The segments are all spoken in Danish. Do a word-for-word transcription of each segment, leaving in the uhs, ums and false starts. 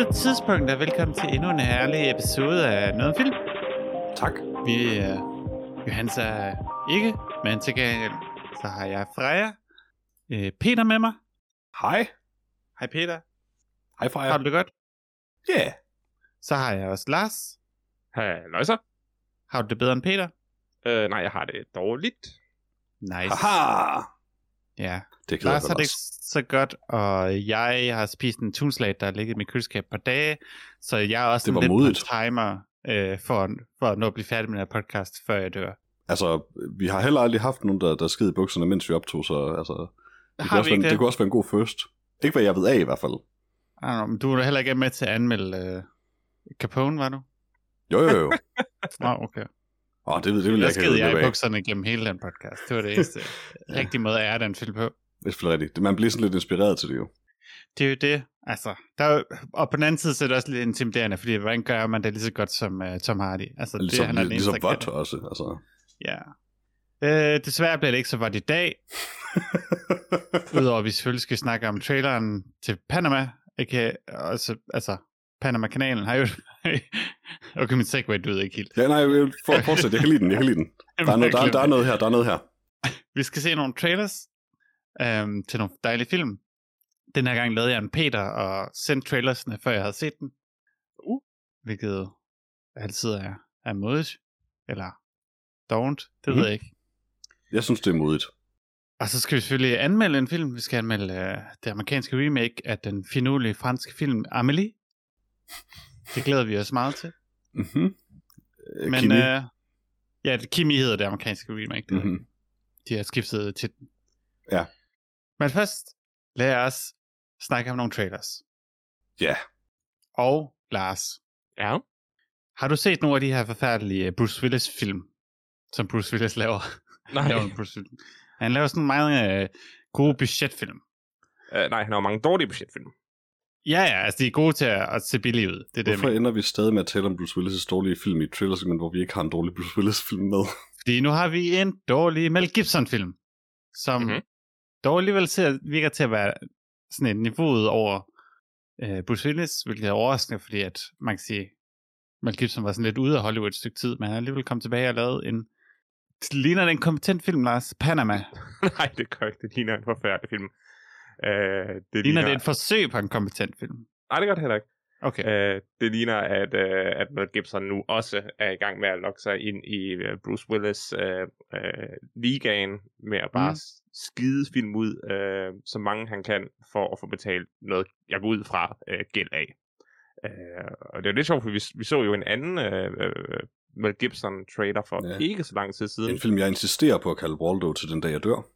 dette tidspunkt, og velkommen til endnu en herlig episode af Noget om Film. Tak. Vi er Johans er ikke, men til gengæld så har jeg Freja, øh, Peter med mig. Hej. Hej Peter. Hej Freja. Har du det godt? Ja. Yeah. Så har jeg også Lars. Hej, løjser. Har du det bedre end Peter? Øh, nej, jeg har det dårligt. Nice. Haha. Ja. Det Lars har det ikke så godt, og jeg har spist en tunsalat, der har ligget i mit køleskab på dage, så jeg er også det lidt modigt. på timer øh, for, for at nå at blive færdig med den her podcast, før jeg dør. Altså, vi har heller aldrig haft nogen, der, der skid i bukserne, mens vi optog, så altså, det, Har kunne også vi ikke være, det? det kunne også være en god first. Ikke hvad jeg ved af i hvert fald. Know, men du er heller ikke med til at anmelde uh, Capone, var du? Jo, jo, jo. Nå, oh, okay. Åh, oh, det, det vil Jeg jeg ikke skede jeg i have bukserne gennem hele den podcast. Det var det eneste rigtige måde at ære den film på. Det er selvfølgelig rigtigt. Man bliver sådan lidt inspireret til det jo. Det er jo det. Altså, der er jo, og på den anden side så er det også lidt intimiderende, fordi hvordan gør man det lige så godt som uh, Tom Hardy? Altså, Ligesom, det, han er den ligesom eneste, der Vought kan det. også. Altså. Ja. Øh, desværre bliver det ikke så godt i dag. Udover at vi selvfølgelig skal snakke om traileren til Panama. Ikke, også, altså, Panama-kanalen har jo... okay, min segway døde ikke helt. Ja, nej, for, fortsæt. Jeg kan lide den. Jeg kan lide den. Der er, noget, der, der er noget her. Der er noget her. Vi skal se nogle trailers øhm, til nogle dejlige film. Den her gang lavede jeg en Peter og sendte trailersne, før jeg havde set den. Uh. Hvilket altid er, er modigt. Eller dovent. Det mm-hmm. ved jeg ikke. Jeg synes, det er modigt. Og så skal vi selvfølgelig anmelde en film. Vi skal anmelde uh, det amerikanske remake af den finurlige franske film Amélie. Det glæder vi os meget til. Mhm. Men Kimi. Uh, ja, Kimi hedder det amerikanske remake. Det Mhm. De har skiftet til den. Ja. Men først, lad os snakke om nogle trailers. Ja. Og Lars, Ja. har du set nogle af de her forfærdelige Bruce Willis film, som Bruce Willis laver? Nej. laver Bruce Willis. Han laver sådan mange øh, gode budgetfilm. Uh, nej, han har mange dårlige budgetfilm. Ja, ja, altså de er gode til at, at se billige ud. Det er Hvorfor det, ender vi stadig med at tale om Bruce Willis' dårlige film i et trailersegment, hvor vi ikke har en dårlig Bruce Willis-film med? Fordi nu har vi en dårlig Mel Gibson-film, som Mhm. dog alligevel til, virker til at være sådan et niveauet over øh, Bruce Willis, hvilket er overraskende, fordi at man kan sige, Mel Gibson var sådan lidt ude af Hollywood et stykke tid, men han er alligevel kommet tilbage og lavet en, ligner det en kompetent film, Lars? Panama. Nej, det gør ikke. Det ligner en forfærdelig film. Uh, det Ligner ligner det et forsøg på en kompetent film? Nej, det gør det heller ikke. Okay. Uh, det ligner, at, uh, at Mel Gibson nu også er i gang med at lokke sig ind i uh, Bruce Willis uh, uh, ligaen med at bare Mm. mm. skide film ud, uh, så mange han kan, for at få betalt noget, jeg går ud fra, uh, gæld af. Uh, og det er lidt sjovt, for vi, vi så jo en anden uh, uh, Mel Gibson trailer for Ja. ikke så lang tid siden. En film, jeg insisterer på at kalde Waldo til den dag, jeg dør.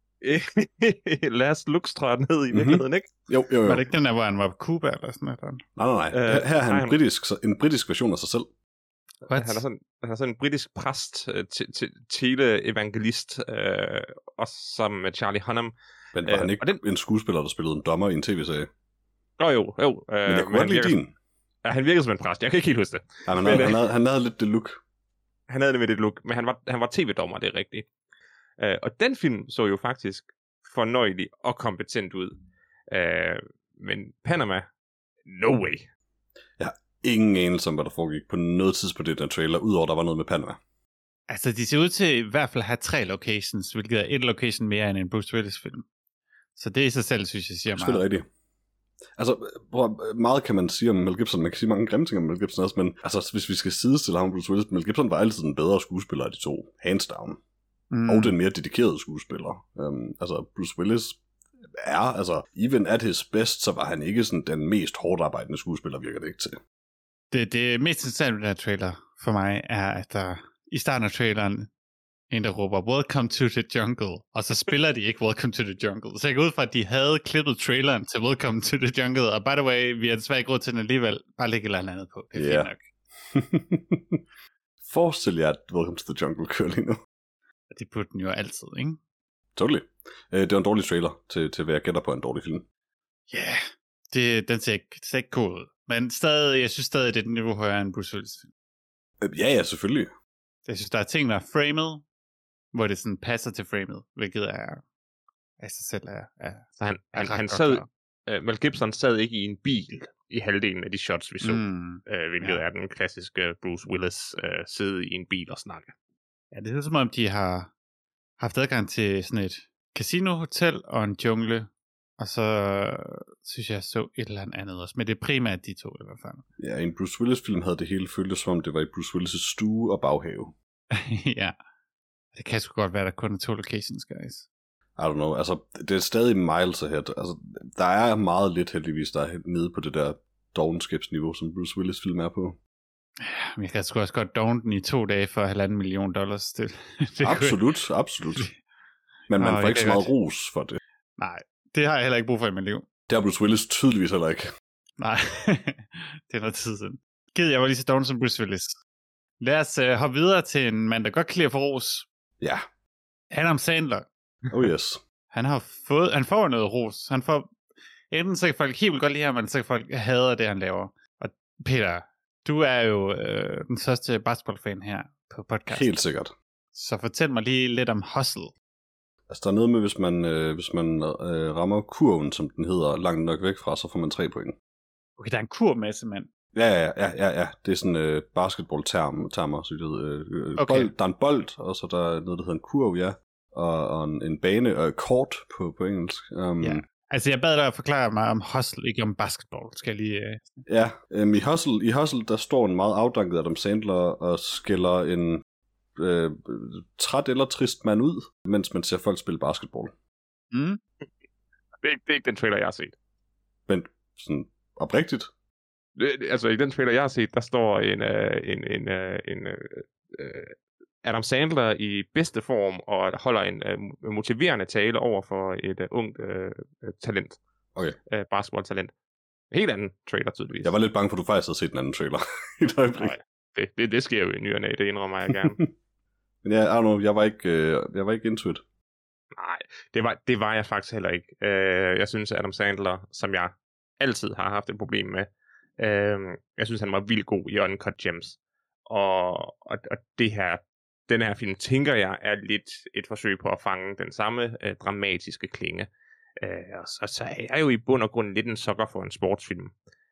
Lars Lux, tror jeg, ned i Mhm. virkeligheden, ikke? Jo, jo, jo. Var det ikke den der, hvor han var på Cuba eller sådan noget? Nej, nej, nej. Øh, Her, her er han nej, en han- britisk, en britisk version af sig selv. What? Han er sådan, han er sådan en britisk præst, øh, te- te- teleevangelist, øh, også sammen med Charlie Hunnam. Men var Øh, han ikke og den- en skuespiller, der spillede en dommer i en tv-serie? Nå jo, jo. Øh, Men jeg kunne godt han lide virker, din. ja, han virkede som en præst, jeg kan ikke helt huske det. Ja, men Men, han, øh, han, havde, han havde lidt det look. Han havde det med det look, men han var, han var tv-dommer, det er rigtigt. Øh, og den film så jo faktisk fornøjelig og kompetent ud. Øh, men Panama, no way. Ingen anelse om, hvad der foregik på noget tidspunkt i den trailer, udover der var noget med Panama. Altså, de ser ud til i hvert fald at have tre locations, hvilket er et location mere end en Bruce Willis-film. Så det i sig selv, synes jeg, siger Det er meget. rigtigt. Altså, hvor meget kan man sige om Mel Gibson? Man kan sige mange grimme ting om Mel Gibson også, men altså, hvis vi skal sidestille ham og Bruce Willis, Mel Gibson var altid den bedre skuespiller af de to, hands down. Mm. Mm. Og den mere dedikerede skuespiller. Um, altså, Bruce Willis er, altså, even at his best, så var han ikke sådan den mest hårdt arbejdende skuespiller, virker det ikke til. Det, det mest interessante ved den her trailer for mig er, at der i starten af traileren en, der råber, Welcome to the Jungle, og så spiller de ikke Welcome to the Jungle. Så jeg går ud fra, at de havde klippet traileren til Welcome to the Jungle, og by the way, vi har desværre ikke råd til den alligevel. Bare lægge et eller andet på. Det er Ja. fint nok. Forestil jer, at Welcome to the Jungle kører lige nu. Og det burde den jo altid, ikke? Totally. Uh, det var en dårlig trailer til, til, hvad jeg gætter på en dårlig film. Ja, yeah. det, den ser ikke, det ser ikke cool ud. Men stadig, jeg synes stadig, det er et niveau højere end Bruce Willis. Uh, ja, ja, selvfølgelig. Jeg synes, der er ting, der er framed, hvor det sådan passer til framet, hvilket er af sig selv er, er, Så han, er han, ret han, godt sad, klaret. uh, Mel Gibson sad ikke i en bil i halvdelen af de shots, vi så, Mm. uh, hvilket Ja. er den klassiske Bruce Willis uh, sidde i en bil og snakke. Ja, det er som om, de har haft adgang til sådan et casinohotel og en jungle, og så synes jeg, jeg så et eller andet også. Men det er primært de to i hvert fald. Ja, en Bruce Willis-film havde det hele føltes som om, det var i Bruce Willis' stue og baghave. Ja, det kan sgu godt være, der kun er to locations, guys. I don't know, altså, det er stadig miles ahead. Altså, der er meget lidt heldigvis, der er nede på det der dovenskabsniveau, som Bruce Willis-film er på. Men jeg kan sgu også godt dogne den i to dage for halvanden million dollars. Det, det Absolut, absolut. Men man Nå, får ikke så det er meget godt. ros for det. Nej, det har jeg heller ikke brug for i mit liv. Det har Bruce Willis tydeligvis heller ikke. Nej, det er noget tid siden. Gid, jeg var lige så doven som Bruce Willis. Lad os uh, hoppe videre til en mand, der godt kan lide at få ros. Ja, Adam Sandler. oh yes. Han har fået, han får noget ros. Han får, enten så kan folk helt vildt godt lide ham, eller så kan folk hader det, han laver. Og Peter, du er jo øh, den største basketballfan her på podcasten. Helt sikkert. Så fortæl mig lige lidt om Hustle. Altså, der er noget med, hvis man, øh, hvis man øh, rammer kurven, som den hedder, langt nok væk fra, så får man tre point. Okay, der er en kur med, simpelthen. Ja, ja, ja, ja, ja. Det er sådan øh, basketball-termer, så det hedder. Øh, Okay. bold, der er en bold, og så der er noget, der hedder en kurv, ja. Og, og en, en bane, og kort på, på engelsk. Um, Ja. Altså, jeg bad dig at forklare mig om Hustle, ikke om basketball. Skal jeg lige... Øh... Ja, øhm, i, Hustle, i Hustle, der står en meget afdanket Adam Sandler og skælder en øh, træt eller trist mand ud, mens man ser folk spille basketball. Mm? Det er, ikke, det er ikke den trailer, jeg har set. Men sådan oprigtigt. Det, altså, i den trailer, jeg har set, der står en, uh, en, en, uh, en uh, Adam Sandler i bedste form og holder en uh, motiverende tale over for et uh, ungt uh, talent. Okay. Uh, basketballtalent. Helt anden trailer, tydeligvis. Jeg var lidt bange for, at du faktisk havde set en anden trailer i et øjeblik. Nej, det, det, det sker jo i ny og næ, det indrømmer jeg gerne. Men ja, I don't know, jeg var ikke, øh, jeg var ikke into it. Nej, det var, det var jeg faktisk heller ikke. Uh, jeg synes, Adam Sandler, som jeg altid har haft et problem med, uh, jeg synes, han var vildt god i Uncut Gems. Og, og, og det her, den her film, tænker jeg, er lidt et forsøg på at fange den samme uh, dramatiske klinge. Uh, og så, så er jeg jo i bund og grund lidt en sukker for en sportsfilm.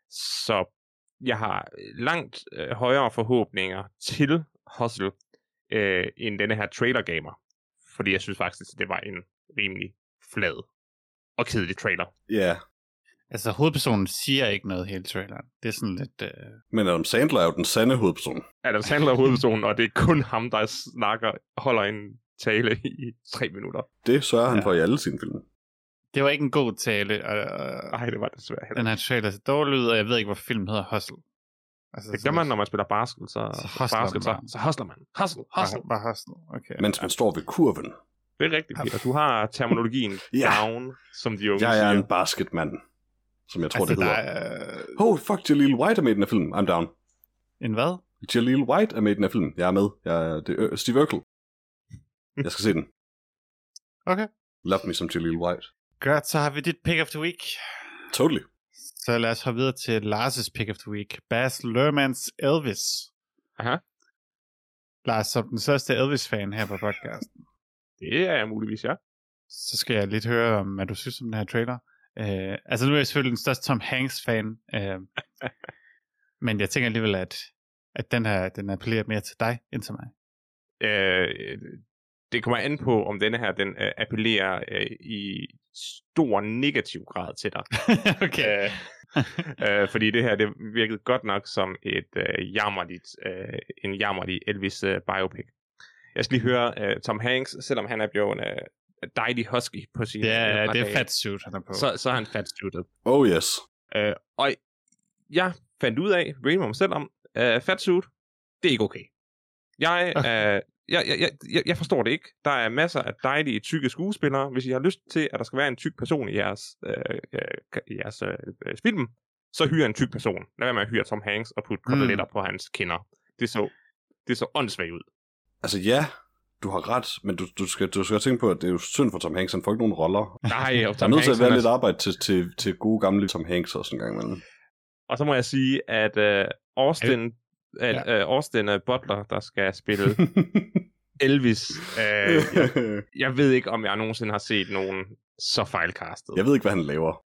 Så jeg har langt uh, højere forhåbninger til Hustle, uh, end denne her trailer gamer. Fordi jeg synes faktisk, at det var en rimelig flad og kedelig trailer. Ja, yeah. Altså, hovedpersonen siger ikke noget hele traileren. Det er sådan lidt... Øh... Men Adam Sandler er jo den sande hovedperson. Adam Sandler er hovedpersonen, og det er kun ham, der snakker, holder en tale i tre minutter. Det sørger han Ja. for i alle sine film. Det var ikke en god tale, og, og Nej, det var det desværre heller. den her trailer ser dårlig ud, og jeg ved ikke, hvorfor filmen hedder Hustle. Altså, Det gør man, når man spiller basket, så, Så hustler basket, man så, bare. så hustler man. Hustle, hustle. Bare, bare Hustle, okay. Mens man står ved kurven. Det er rigtigt, Peter. Du har terminologien Ja. down, som de unge Jeg er siger. en basketmand, som jeg tror, altså, det der hedder. er... Oh, fuck, Jaleel White er med i den her film. I'm down. En hvad? Jaleel White er med i den her film. Jeg er med. Jeg er, det er Steve Urkel. Jeg skal se den. Okay. Love me som Jaleel White. Godt, så har vi dit pick of the week. Totally. Så lad os hoppe videre til Lars' pick of the week. Baz Luhrmanns Elvis. Aha. Lars, som den største Elvis-fan her på podcasten, Det er jeg muligvis, ja. så skal jeg lidt høre om, hvad du synes om den her trailer. Uh, altså, nu er jeg selvfølgelig den største Tom Hanks-fan, uh, men jeg tænker alligevel, at, at den her, den appellerer mere til dig, end til mig. Øh, det kommer an på, om denne her, den øh, appellerer øh, i stor negativ grad til dig. Okay. Øh, øh, fordi det her, det virkede godt nok som et øh, jammerligt, øh, en jammerlig Elvis øh, biopic. Jeg skal lige høre øh, Tom Hanks, selvom han er blevet øh, dejlig husky på sin... Ja, øh, ja, par det er dage, fat suit, han er på. så, så er han fatsuited. Oh yes. Øh, og jeg fandt ud af, brain mig selv om, øh, fatsuit, det er ikke okay. Jeg, øh, jeg, jeg, jeg, jeg forstår det ikke. Der er masser af dejlige, tykke skuespillere. Hvis I har lyst til, at der skal være en tyk person i jeres, øh, øh, i jeres øh, film, så hyr en tyk person. Lad være med at hyre Tom Hanks og putte koteletter mm. på hans kinder. Det så, det så åndssvagt ud. Altså ja, du har ret, men du, du, skal, du skal tænke på, at det er jo synd for Tom Hanks, han får ikke nogen roller. Nej, og Der er Tom nødt til Hanks, at være han lidt er- arbejde til, til, til gode gamle Tom Hanks også en gang imellem. Og så må jeg sige, at øh, Austin, at, Ja. øh, Austin uh, Butler, der skal spille Elvis, øh, jeg, jeg ved ikke, om jeg nogensinde har set nogen så fejlcastet. Jeg ved ikke, hvad han laver.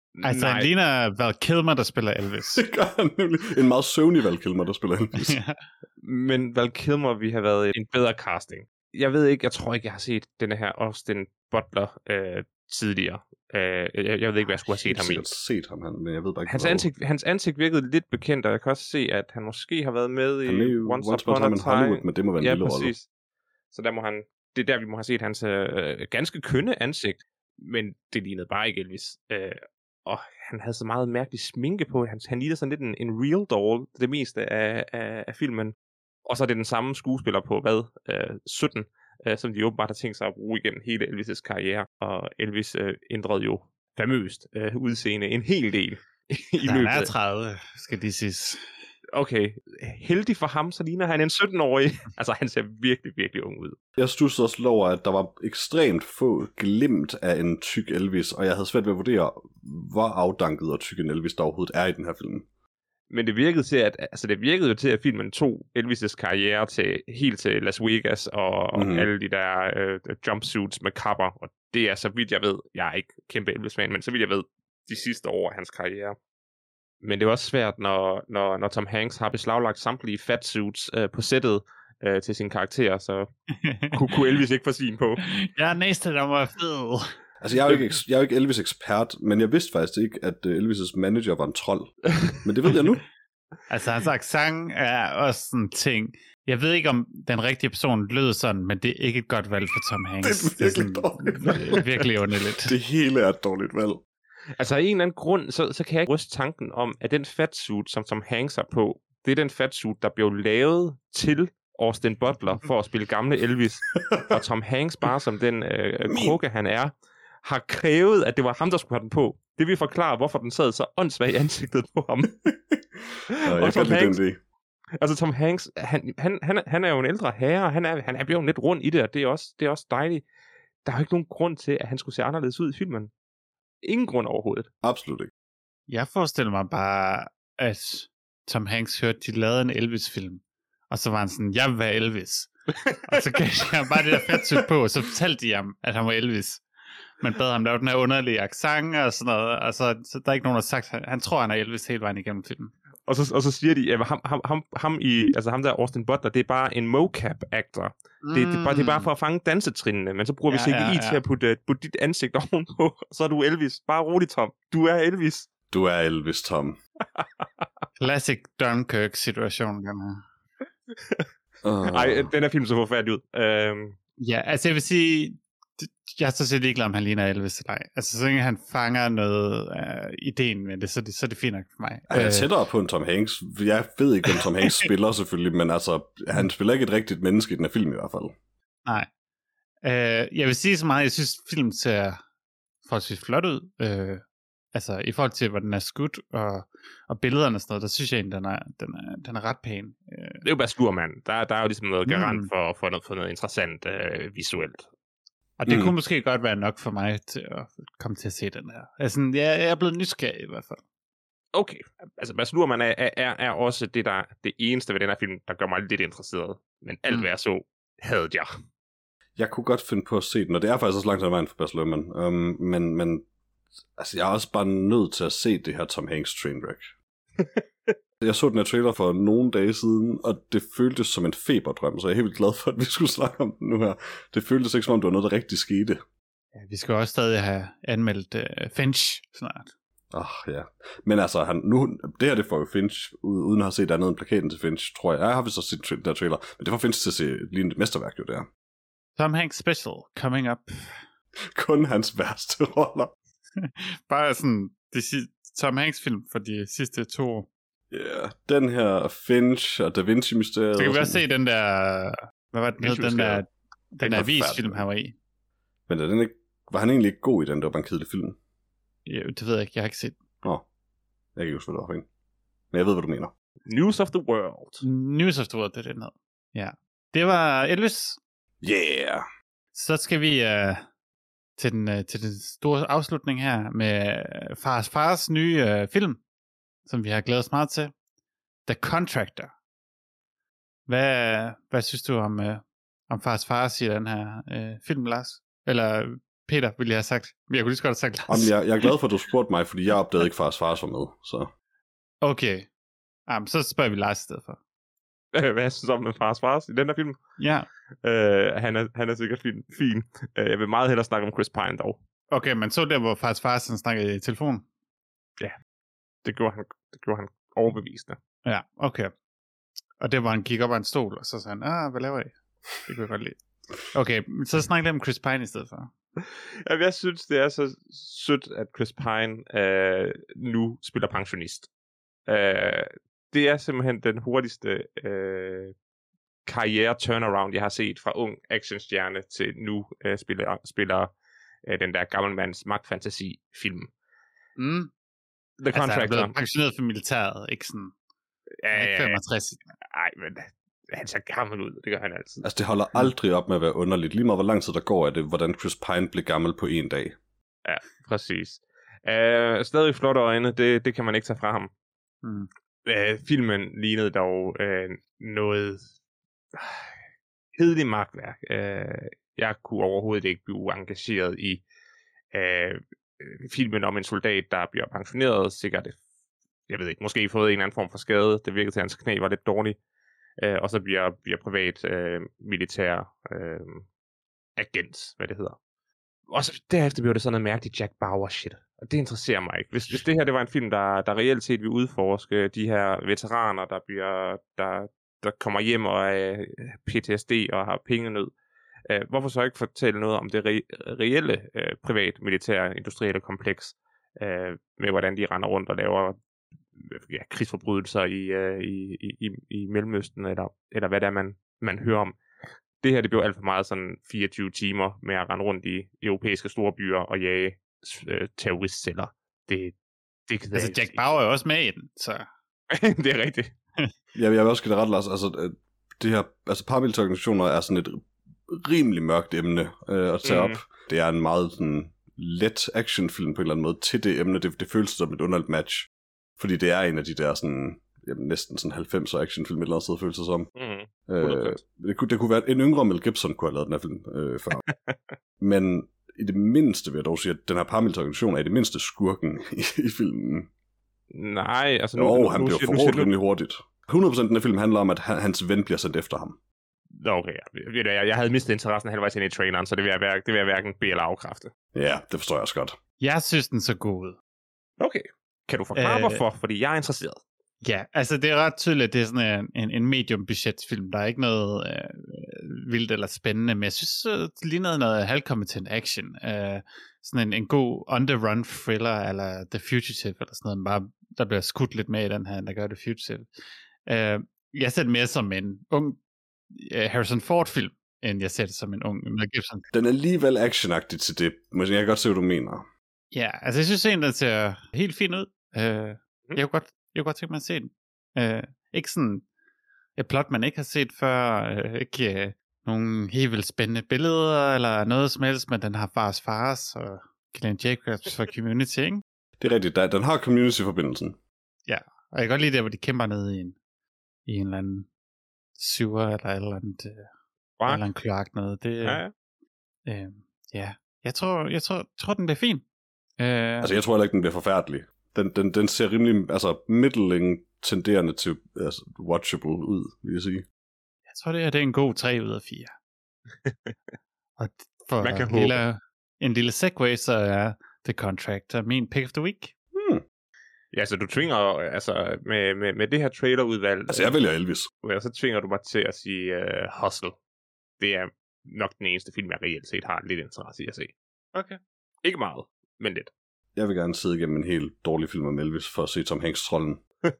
Altså, Nej. han ligner Val Kilmer, der spiller Elvis. Det gør han nemlig. En meget søvnig Val Kilmer, der spiller Elvis. Ja. Men Val Kilmer vi har været en bedre casting. Jeg ved ikke, jeg tror ikke, jeg har set denne her Austin Butler øh, tidligere. Øh, jeg, jeg ved ikke, hvad jeg skulle have set ham i. Jeg har set ham, han, men jeg ved bare ikke, Hans hvad ansigt, hans ansigt virkede lidt bekendt, og jeg kan også se, at han måske har været med i han er jo Once, Once Upon a Upon Time. Hollywood, men det må være en Ja, lille rolle. præcis. Så der må han, det er der, vi må have set hans øh, ganske kønne ansigt, men det lignede bare ikke Elvis. Øh, og han havde så meget mærkelig sminke på. Han, han lignede sådan lidt en, en real doll, det meste af, af, af filmen. Og så er det den samme skuespiller på, hvad, øh, sytten, øh, som de åbenbart har tænkt sig at bruge igennem hele Elvis' karriere. Og Elvis øh, ændrede jo famøst øh, udseende en hel del i Han løbet. er tredive, skal de siges. Okay, heldig for ham, så ligner han en sytten-årig. Altså, han ser virkelig, virkelig ung ud. Jeg studsede også over, at der var ekstremt få glimt af en tyk Elvis, og jeg havde svært ved at vurdere, hvor afdanket og tyk en Elvis der overhovedet er i den her film. Men det virkede til, at altså det virkede jo til, at filmen tog Elvis' karriere til helt til Las Vegas og Mhm. mm-hmm. alle de der øh, jumpsuits med kapper. Og det er, så vidt jeg ved, jeg er ikke kæmpe Elvis-fan, men så vidt jeg ved, de sidste år af hans karriere. Men det er også svært, når, når, når Tom Hanks har beslaglagt samtlige fatsuits øh, på sættet øh, til sin karakter, så kunne, kunne Elvis ikke få sin på. Jeg er næste, der var fed. Altså, jeg er jo ikke, eks- jeg er jo ikke Elvis-ekspert, men jeg vidste faktisk ikke, at uh, Elvis' manager var en trold. Men det ved jeg nu. Altså, hans accent er også sådan en ting. Jeg ved ikke, om den rigtige person lød sådan, men det er ikke et godt valg for Tom Hanks. Det er virkelig dårligt valg. Det er virkelig underligt. Det hele er et dårligt valg. Altså af en eller anden grund, så, så kan jeg ikke ryste tanken om, at den fatsuit, som Tom Hanks er på, det er den fatsuit, der blev lavet til Austin Butler for at spille gamle Elvis. Og Tom Hanks, bare som den øh, krukke han er, har krævet, at det var ham, der skulle have den på. Det vil forklare, hvorfor den sad så åndssvagt i ansigtet på ham. Og jeg kan lide den idé. Altså Tom Hanks, han, han, han, han er jo en ældre herre, han er, han er blevet lidt rund i det, og det er, også, det er også dejligt. Der er jo ikke nogen grund til, at han skulle se anderledes ud i filmen. Ingen grund overhovedet. Absolut ikke. Jeg forestiller mig bare, at Tom Hanks hørte, de lavede en Elvis-film. Og så var han sådan, jeg vil være Elvis. Og så gav de ham bare det der fatsuit på, og så fortalte de ham, at han var Elvis. Man bad ham lave den her underlige accent og sådan noget. Og så, så der er ikke nogen, der har sagt, han, han tror, han er Elvis hele vejen igennem filmen. Og så, og så siger de, at ham, ham, ham, ham, i, altså ham der Austin Butler, det er bare en mocap-actor. Mm. Det, det, er bare, det er bare for at fange dansetrinene, men så bruger Ja, vi C G I ja, ja. til at putte, putte dit ansigt ovenpå, og så er du Elvis. Bare rolig, Tom. Du er Elvis. Du er Elvis, Tom. Classic Dunkirk-situation, den her. Uh. Ej, den her film så forfærdelig ud. Øhm, Ja, altså jeg vil sige, jeg er så set ligeglad, om han ligner Elvis eller ej. Altså så længe han fanger noget af ideen med det, så er det, så er det fint nok for mig. Jeg er tættere på en Tom Hanks. Jeg ved ikke, om Tom Hanks spiller selvfølgelig, men altså, han spiller ikke et rigtigt menneske i den her film i hvert fald. Nej. Øh, jeg vil sige så meget, jeg synes, filmen ser forholdsvis flot ud. Øh, altså i forhold til, hvor den er skudt, og, og billederne og sådan noget, der synes jeg egentlig, den er, den er, den er ret pæn. Øh, det er jo bare slurmand. Der, der er jo ligesom noget garant Mm. for, for, noget, for noget interessant øh, visuelt. og det Mm. kunne måske godt være nok for mig til at komme til at se den her. Altså, jeg, jeg er blevet nysgerrig i hvert fald. Okay, altså Baz Luhrmann er, er, er også det, der, det eneste ved den her film, der gør mig lidt interesseret. Men alt, Mm. hvad jeg så, havde jeg. Jeg kunne godt finde på at se den, og det er faktisk også langt ad vejen for Baz Luhrmann. Um, men, men altså, jeg er også bare nødt til at se det her Tom Hanks trainwreck. Jeg så den her trailer for nogle dage siden, og det føltes som en feberdrøm, så jeg er helt vildt glad for, at vi skulle snakke om den nu her. Det føltes ikke som om, det var noget, der rigtig skete. Ja, vi skal også stadig have anmeldt uh, Finch snart. Åh, oh, ja. Men altså, han, nu, det her det får jo Finch, uden at have set andet end plakaten til Finch, tror jeg. Jeg har vist også set den der trailer, men det får Finch til at se lige et mesterværk jo der. Tom Hanks special coming up. Kun hans værste roller. Bare sådan de si- Tom Hanks film for de sidste to år. Ja, yeah. Den her Finch og Da Vinci-mysteriet. Så kan vi og også se den der, hvad var det, den, den der, den der var avisfilm, forfærdelig. han var i. Men er den ikke, var han egentlig ikke god i den, der var bare en kedelig film? Ja, det ved jeg ikke, jeg har ikke set. Nå, jeg kan ikke huske, hvad det var for en. Men jeg ved, hvad du mener. News of the World. News of the World, det er den hed. Ja. Det var Elvis. Yeah! Så skal vi uh, til, den, uh, til den store afslutning her med uh, Fars Fars nye uh, film, som vi har glædet os meget til. The Contractor. Hvad, hvad synes du om, uh, om Fars Fars i den her uh, film, Lars? Eller Peter, ville jeg have sagt. Men jeg kunne lige så godt have sagt Lars. Jamen, jeg, jeg er glad for, at du spurgte mig, fordi jeg opdagede ikke, fars fars var med. Så. Okay. Jamen, så spørger vi Lars i stedet for. Hvad synes du om med fars fars i den her film? Ja. Uh, han, er, han er sikkert fin. fin. Uh, jeg vil meget hellere snakke om Chris Pine dog. Okay, men så der, hvor fars fars han snakkede i telefon? Ja, det gjorde han, det gjorde han overbevisende. Ja, okay. Og det var han gik op af en stol, og så sagde han, ah, hvad laver I? Det kunne jeg godt lide. Okay, så snakker jeg om Chris Pine i stedet for. Jamen, jeg synes, det er så sødt, at Chris Pine øh, nu spiller pensionist. Øh, det er simpelthen den hurtigste øh, karriere-turnaround, jeg har set fra ung actionstjerne til nu øh, spiller, spiller øh, den der gammelmands magtfantasi-film. Mm. The Altså, Contractor. han er blevet pensioneret for militæret, ikke sådan... Ja, ja, ja. femogtres. Ej, men han ser gammel ud, det gør han altid. Altså, det holder aldrig op med at være underligt. Lige meget hvor lang tid der går, er det, hvordan Chris Pine blev gammel på en dag. Ja, præcis. Uh, stadig flotte øjne, det, det kan man ikke tage fra ham. Mm. Uh, filmen lignede dog uh, noget uh, kedeligt magtværk. Uh, jeg kunne overhovedet ikke blive engageret i uh, filmen om en soldat, der bliver pensioneret. Sikkert, jeg ved ikke, måske fået en eller anden form for skade. Det virkede til, at hans knæ var lidt dårligt. Uh, og så bliver, bliver privat uh, militær uh, agent, hvad det hedder. Og så derefter bliver det sådan noget mærkeligt Jack Bauer shit. Og det interesserer mig ikke. Hvis, hvis det her det var en film, der, der reelt set vil udforske de her veteraner, der bliver der, der kommer hjem og er P T S D og har pengenød, uh, hvorfor så ikke fortælle noget om det re- reelle uh, privat militære industrielle kompleks, uh, med hvordan de render rundt og laver ja, krigsforbrydelser i, uh, i, i, i Mellemøsten, eller, eller hvad det er, man, man hører om. Det her, det blev alt for meget sådan fireogtyve timer med at rende rundt i europæiske storbyer og jage øh, terroristceller. Det, det kan altså, Jack Bauer er også med i den, så... det er rigtigt. Ja, jeg vil også give det ret, Lars. Altså, det her, altså paramilitære organisationer er sådan et rimelig mørkt emne øh, at tage mm. op. Det er en meget sådan, let actionfilm på en eller anden måde til det emne. Det, det føles som et underligt match. Fordi det er en af de der sådan... Jamen, næsten sådan halvfemser actionfilm et eller andet sted føles det som. Mm, øh, det, kunne, det kunne være en yngre Mel Gibson kunne have lavet den her film øh, før. Men i det mindste vil jeg dog sige, at den her paramilitære organisation er i det mindste skurken i, i filmen. Nej, altså nu... Jo, nu, han nu, bliver nu, forrådt nu, rimelig hurtigt. hundrede procent af den her film handler om, at han, hans ven bliver sendt efter ham. Okay, ja. jeg, jeg havde mistet interessen halvvejs ind i traileren, så det vil jeg, hverken, det vil jeg hverken bede eller afkræfte. Ja, det forstår jeg også godt. Jeg synes, den så god ud. Okay. Kan du forklare, øh... hvorfor? Fordi jeg er interesseret. Ja, altså det er ret tydeligt, at det er sådan en, en, en medium-budgetsfilm. Der er ikke noget øh, vildt eller spændende, men jeg synes, det ligner noget halvkompetent action. Øh, sådan en, en god on-the-run thriller, eller The Fugitive, eller sådan noget, bare, der bliver skudt lidt med i den her, der gør The Fugitive. Øh, jeg ser det mere som en ung øh, Harrison Ford-film, end jeg ser det som en ung Mel Gibson. Den er alligevel actionagtig til det, men jeg kan godt se, hvad du mener. Ja, altså jeg synes egentlig, den ser helt fint ud. Øh, jeg kunne godt Jeg kunne godt tænke mig at se den. Øh, ikke sådan et plot, man ikke har set før. Øh, ikke øh, nogen helt vildt spændende billeder, eller noget som helst, men den har fars fars, og Glenn Jacobs for Community, ikke? Det er rigtigt. Der, den har Community-forbindelsen. Ja, og jeg kan godt lide det, hvor de kæmper nede i en, i en eller anden syver, eller et eller andet, øh, eller en kloak noget. Det, ja, ja. Øh, ja. Jeg tror, jeg tror, tror den bliver fin. Øh, altså, jeg tror heller ikke, den bliver forfærdelig. Den, den, den ser rimelig, altså, middling tenderende til altså, watchable ud, vil jeg sige. Jeg tror, det her det er en god tre ud af fire. Og for Man kan en, lille, en lille segway, så er The Contractor min pick of the week. Hmm. Ja, så du tvinger, altså, med, med, med det her trailerudvalg... Altså, jeg vælger Elvis. Øh, så tvinger du mig til at sige uh, Hustle. Det er nok den eneste film, jeg reelt set har lidt interesse i at se. Okay. Ikke meget, men lidt. Jeg vil gerne sidde igennem en helt dårlig film om Elvis for at se Tom Hanks-trollen.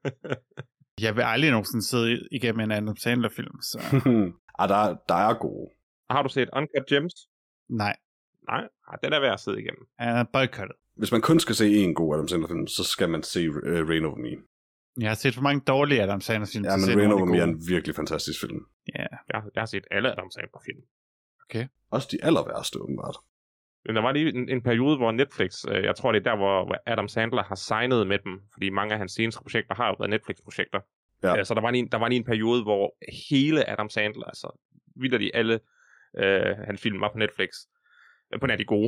Jeg vil aldrig nogensinde sidde igennem en Adam Sandler-film, så... ah, der, der er gode. Har du set Uncut Gems? Nej. Nej, ah, den er værd at sidde igennem. Han er boykottet. Hvis man kun skal se en god Adam Sandler-film, så skal man se uh, Reign Over Me. Jeg har set for mange dårlige Adam Sandler-film. Ja, men Reign Over Me er en virkelig fantastisk film. Ja. Jeg, jeg har set alle Adam Sandler-film. Okay. Også de aller værste, åbenbart. Men der var lige en, en periode, hvor Netflix, øh, jeg tror det er der, hvor, hvor Adam Sandler har signet med dem, fordi mange af hans seneste projekter har jo været Netflix-projekter. Ja. Øh, så der var, lige, der var lige en periode, hvor hele Adam Sandler, altså vildt de alle øh, hans film var på Netflix, øh, på nær de gode.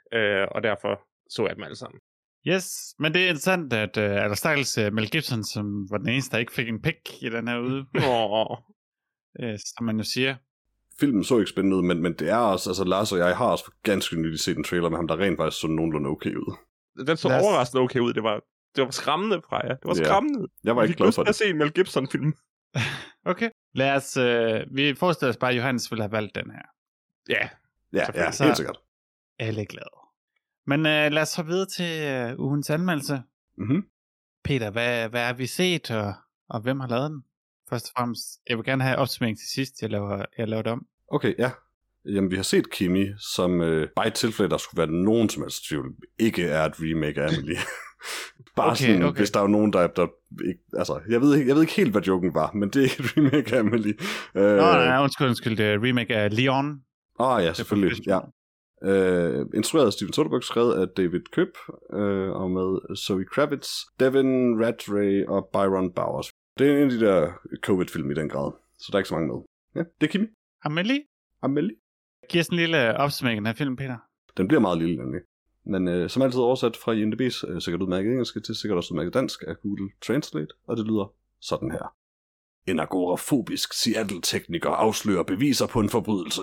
øh, og derfor så jeg dem alle sammen. Yes, men det er interessant, at uh, eller stakkels uh, Mel Gibson, som var den eneste, der ikke fik en pick i den her ude, Åh. uh, som man jo siger. Filmen så ikke spændende ud, men, men det er også, altså Lars og jeg har også ganske nylig set en trailer med ham, der rent faktisk så nogenlunde okay ud. Den så Lad os- overraskende okay ud. Det var, det var skræmmende, Freja. Det var Ja. skræmmende. Jeg var ikke glad for Jeg det. se en Mel Gibson-film. Okay. Lad os, uh, vi forestiller os bare, at Johannes ville have valgt den her. Ja. Ja, ja, Selvfølgelig. helt sikkert. Alle er glade. Men uh, lad os så videre til uh, ugens anmeldelse. Mm-hmm. Peter, hvad, hvad har vi set, og, og hvem har lavet den? Først og fremmest, jeg vil gerne have opsummering til sidst, jeg laver, jeg laver det om. Okay, ja. Jamen, vi har set Kimi, som øh, bare i tilfælde, der skulle være nogen som helst tvivl, ikke er et remake af Amelie. Bare Okay, sådan, okay. hvis der er nogen, der, der ikke... Altså, jeg ved, ikke, jeg ved ikke helt, hvad joken var, men det er ikke et remake af Amelie. Øh, Nå, nej, nej, undskyld, undskyld, det er remake af Leon. Ah ja, selvfølgelig, ja. Øh, instrueret af Steven Soderbergh, skrevet af David Koepp, øh, og med Zoe Kravitz, Devin Ratray og Byron Bowers. Det er en af de der covid-film i den grad, så der er ikke så mange med. Ja, det er Kimi. Amelie? Amelie. Giv os en lille opsummering af den her film, Peter. Den bliver meget lille, nemlig. Men øh, som altid oversat fra I M D B's øh, sikkert udmærket engelsk til sikkert også udmærket dansk af Google Translate, og det lyder sådan her. En agorafobisk Seattle-tekniker afslører beviser på en forbrydelse.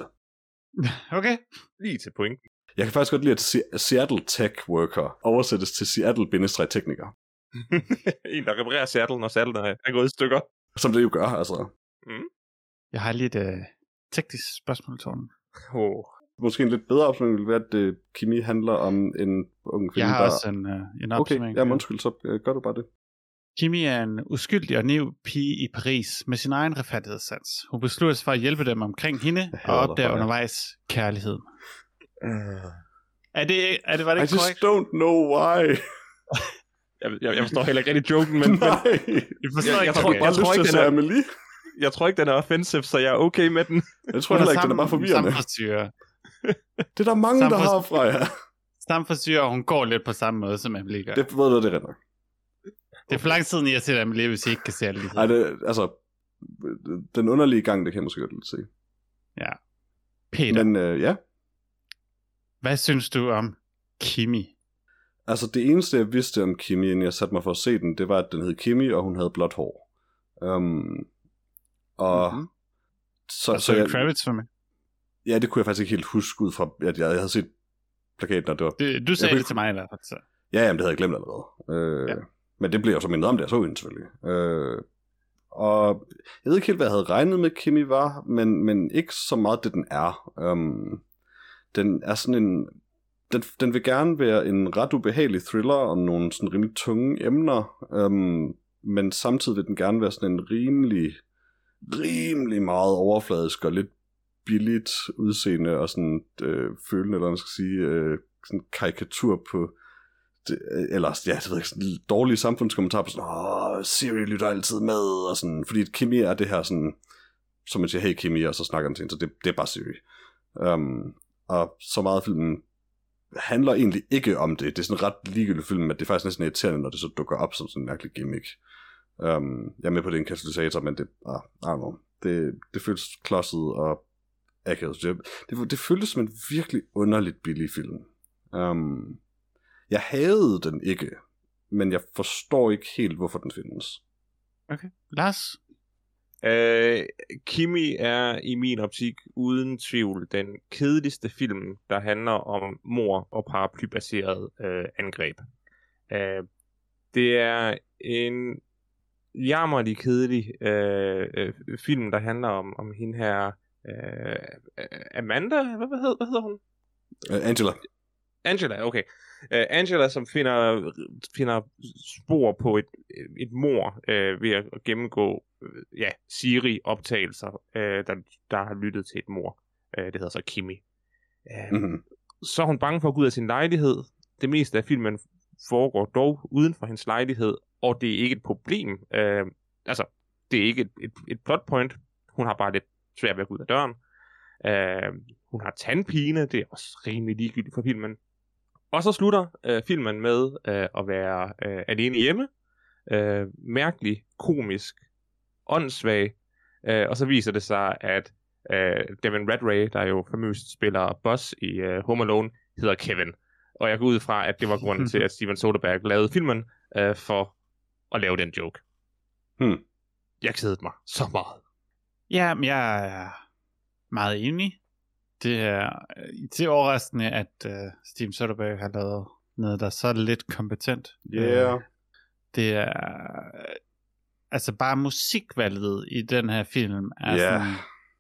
Okay. Lige til point. Jeg kan faktisk godt lide, at Se- Seattle Tech Worker oversættes til Seattle-tekniker. En, der reparerer Seattle, når Seattle er, er gået i stykker. Som det jo gør, altså. Jeg har lige et uh, teknisk spørgsmål, Torben. Oh. Måske en lidt bedre opsummering ville være, at uh, Kimi handler om en ung kvinde, Jeg har der... også en, uh, en Okay, opsummering. ja, undskyld, så uh, gør du bare det. Kimi er en uskyldig og naiv pige i Paris med sin egen retfærdighedssans. Hun beslutter sig for at hjælpe dem omkring hende og hader dig, opdager Freja. undervejs kærligheden. Uh. Er det, er det, var det I ikke just korrekt? don't know why. Jeg, jeg, jeg forstår heller ikke rigtig joken, men, men Nej, Jeg forstår Jeg- jeg ikke, tror- okay. jeg tror har lyst ikke, til at den se er- Amelie. jeg tror ikke, den er offensive, så jeg er okay med den. Jeg tror heller ikke, den er bare forvirrende. Samfundsstyre. Det er der mange, der Samfunds- har fra jer. Samfundsstyre, og hun går lidt på samme måde, som Amelie gør. Det ved du, det er ret nok. Det er for lang tid siden, jeg har set Amelie, hvis I ikke kan se alle de Ej, det, altså, den underlige gang, det kan jeg måske godt lidt se. Ja. Peter, Men øh, ja, hvad synes du om Kimi? altså det eneste, jeg vidste om Kimi, inden jeg satte mig for at se den, det var, at den hed Kimi, og hun havde blåt hår. Um, og Mhm. så, Og så så jeg, Kravitz for mig. ja, det kunne jeg faktisk ikke helt huske ud fra, at jeg, jeg havde set plakaten, og det var... Det, du sagde kunne det til mig i hvert fald. Så. Ja, jamen, det havde jeg glemt allerede. Øh, Ja. Men det blev jeg så mindet om, det jeg så den selvfølgelig. Øh, og jeg ved ikke helt, hvad jeg havde regnet med, Kimi var, men, men ikke så meget det, den er. Um, den er sådan en... Den, den vil gerne være en ret ubehagelig thriller om nogle sådan rimelig tunge emner, um, men samtidig vil den gerne være sådan en rimelig, rimelig meget overfladisk og lidt billigt udseende og sådan øh, følende, eller man skal sige, øh, sådan karikatur på det, eller ja, det ved ikke, sådan en dårlig samfundskommentar på sådan, åh, Siri lytter altid med, og sådan, fordi Kimi er det her sådan, som man siger, hey Kimi, og så snakker den til hende, så det, det er bare Siri. Um, og så meget af filmen handler egentlig ikke om det. Det er sådan en ret ligegyldig film, at det er faktisk næsten irriterende, når det så dukker op som sådan en mærkelig gimmick. Um, jeg er med på, det er en katalysator, men det, ah, I don't know, det, det føles klodset og akavet. Det, det, det føltes som en virkelig underligt billig film. Um, jeg havde den ikke, men jeg forstår ikke helt, hvorfor den findes. Okay. Lars? Øh, Kimi er i min optik uden tvivl den kedeligste film, der handler om mord og paraplybaseret øh, angreb. Øh, det er en jammerlig kedelig øh, øh, film, der handler om, om hende her øh, Amanda, hvad, hvad, hedder, hvad hedder hun? Uh, Angela. Angela, okay. Uh, Angela, som finder, finder spor på et, et mord uh, ved at gennemgå uh, ja, Siri-optagelser, uh, der, der har lyttet til et mord. Uh, det hedder så Kimi. Uh, Mm-hmm. Så er hun bange for at gå ud af sin lejlighed. Det meste af filmen foregår dog uden for hendes lejlighed, og det er ikke et problem. Uh, altså, det er ikke et, et, et plot point. Hun har bare lidt svært ved at gå ud af døren. Uh, hun har tandpine, det er også rimelig ligegyldigt for filmen. Og så slutter øh, filmen med øh, at være øh, alene hjemme. Øh, mærkelig, komisk, åndssvag. Øh, og så viser det sig, at øh, Devin Ratray, der jo famøst spiller Buzz i øh, Home Alone, hedder Kevin. Og jeg går ud fra, at det var grunden til, at Steven Soderbergh lavede filmen, øh, for at lave den joke. Hmm. Jeg kedede mig så meget. Ja, men jeg er meget enig. Det er, det er overraskende, at uh, Steven Soderbergh har lavet noget, der er så lidt kompetent. Yeah. Uh, det er... Altså bare musikvalget i den her film er Yeah. sådan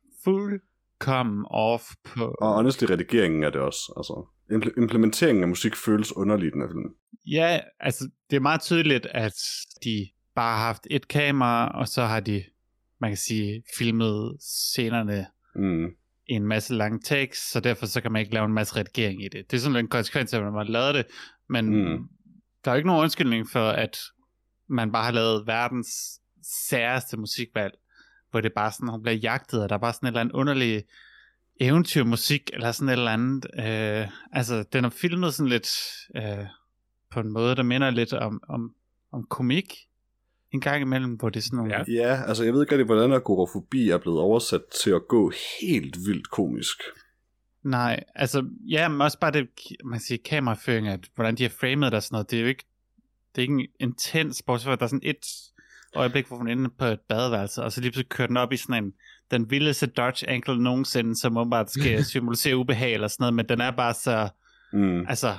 fuldkommen off på... Og honestly, redigeringen er det også. Altså, impl- implementeringen af musik føles underligt i den her film. Ja, altså det er meget tydeligt, at de bare har haft et kamera, og så har de, man kan sige, filmet scenerne Mm. i en masse lange takes, så derfor så kan man ikke lave en masse redigering i det. Det er sådan en konsekvens af, at man har lavet det, men Mm. der er jo ikke nogen undskyldning for, at man bare har lavet verdens særeste musikvalg, hvor det bare sådan, hun bliver jagtet, og der er bare sådan et eller andet underlig eventyrmusik, eller sådan et eller andet. Øh, altså, den er filmet sådan lidt øh, på en måde, der minder lidt om, om, om komik en gang imellem, hvor det er sådan nogle... Ja. Ja, altså jeg ved ikke rigtig, hvordan agorafobi er blevet oversat til at gå helt vildt komisk. Nej, altså, ja, men også bare det, man kan sige, kameraføring, at hvordan de har framet det og sådan noget, det er jo ikke, det er ikke en intens, bortset fra, at der er sådan et øjeblik, hvor hun er inde på et badeværelse, og så lige pludselig kører den op i sådan en, den vildeste dodge angle nogensinde, som åbenbart skal symbolisere ubehag eller sådan noget, men den er bare så, Mm. altså,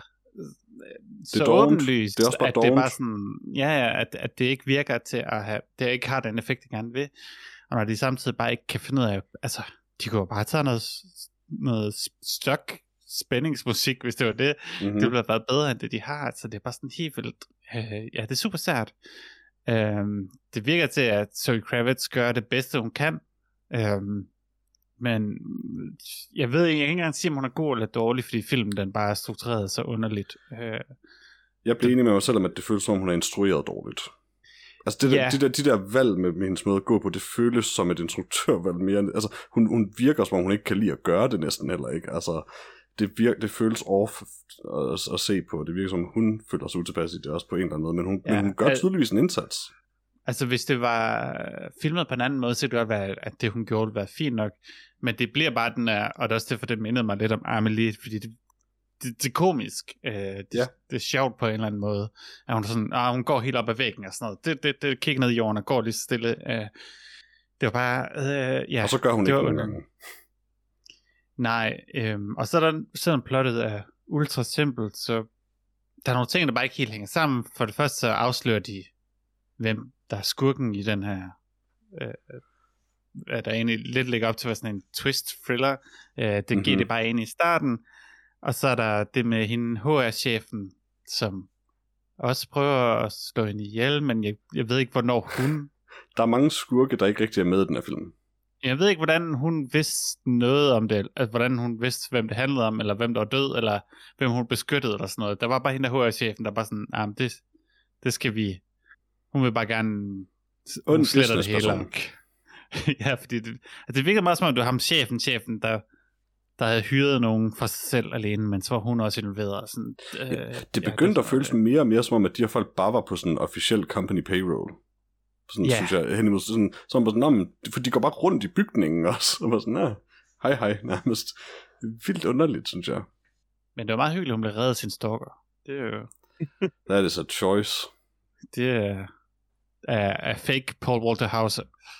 så dovent. åbenlyst, Det er også bare at det er bare dovent. sådan, ja, ja, at, at det ikke virker til at have, det ikke har den effekt, det gerne vil, og når de samtidig bare ikke kan finde ud af, altså, de kunne jo bare tage noget, noget stok spændingsmusik, hvis det var det, Mm-hmm. det ville have været bedre end det de har, så det er bare sådan helt vildt, øh, ja, det er super sært. Øhm, det virker til, at Zoe Kravitz gør det bedste, hun kan, øhm, men jeg ved ikke, jeg kan ikke engang sige, om hun er god eller dårlig, fordi filmen den bare er struktureret så underligt. Øh, Jeg blev enig med mig selv om, at det føles som om, hun er instrueret dårligt. Altså det der, Ja. de, der, de der valg med, med hendes måde at gå på, det føles som et instruktørvalg mere. end- Altså hun, hun virker som om, hun ikke kan lide at gøre det næsten heller ikke. Altså det, virker, det føles off at, at se på. Det virker som, hun føler sig utilpas i det også på en eller anden måde, men hun, Ja, men hun gør al- tydeligvis en indsats. altså hvis det var filmet på en anden måde, så kunne det godt være, at det hun gjorde, ville være fint nok, men det bliver bare den der, og det er også derfor, det mindede mig lidt om Amelie, fordi det, det, det er komisk, øh, det, Ja. det er sjovt på en eller anden måde, at hun, er sådan, ah, hun går helt op ad væggen og sådan noget, det, det, det kigger ned i jorden og går lige så stille, øh, det var bare, øh, ja. Og så gør hun det ikke var nogen under- gange. Nej, øhm, og så er der selvom plottet er ultra simpelt, så der er nogle ting, der bare ikke helt hænger sammen. For det første så afslører de, hvem der er skurken i den her, øh, øh, der egentlig lidt ligger op til at være sådan en twist-thriller. Øh, det mm-hmm. giver Mhm. det bare ind i starten. Og så er der det med hende, H R-chefen, som også prøver at slå hende ihjel, men jeg, jeg ved ikke, hvornår hun... Der er mange skurke, der ikke rigtig er med i den her film. Jeg ved ikke, hvordan hun vidste noget om det, altså hvordan hun vidste, hvem det handlede om, eller hvem der var død, eller hvem hun beskyttede, eller sådan noget. Der var bare hende, der H R-chefen, der bare sådan, ah, det, det skal vi... Hun vil bare gerne... Hun Und sletter det hele. businessperson. Ja, fordi det, altså det virker meget som om, du har ham chefen, chefen, der, der havde hyret nogen for sig selv alene, men så var hun også involveret. Og sådan, øh, Det ja, begyndte var- at føles mere og mere som om, at de her folk bare var på sådan en officiel company payroll. Sådan, Ja. synes jeg, hen imod sådan, så var man sådan, "Nå, men for de går bare rundt i bygningen også. Og var sådan, ja, hej hej, nærmest. Vildt underligt, synes jeg. Men det var meget hyggeligt, at hun blev reddet af sin stalker. Det er jo... That is a choice. Det er, er, er fake Paul Walter Hauser.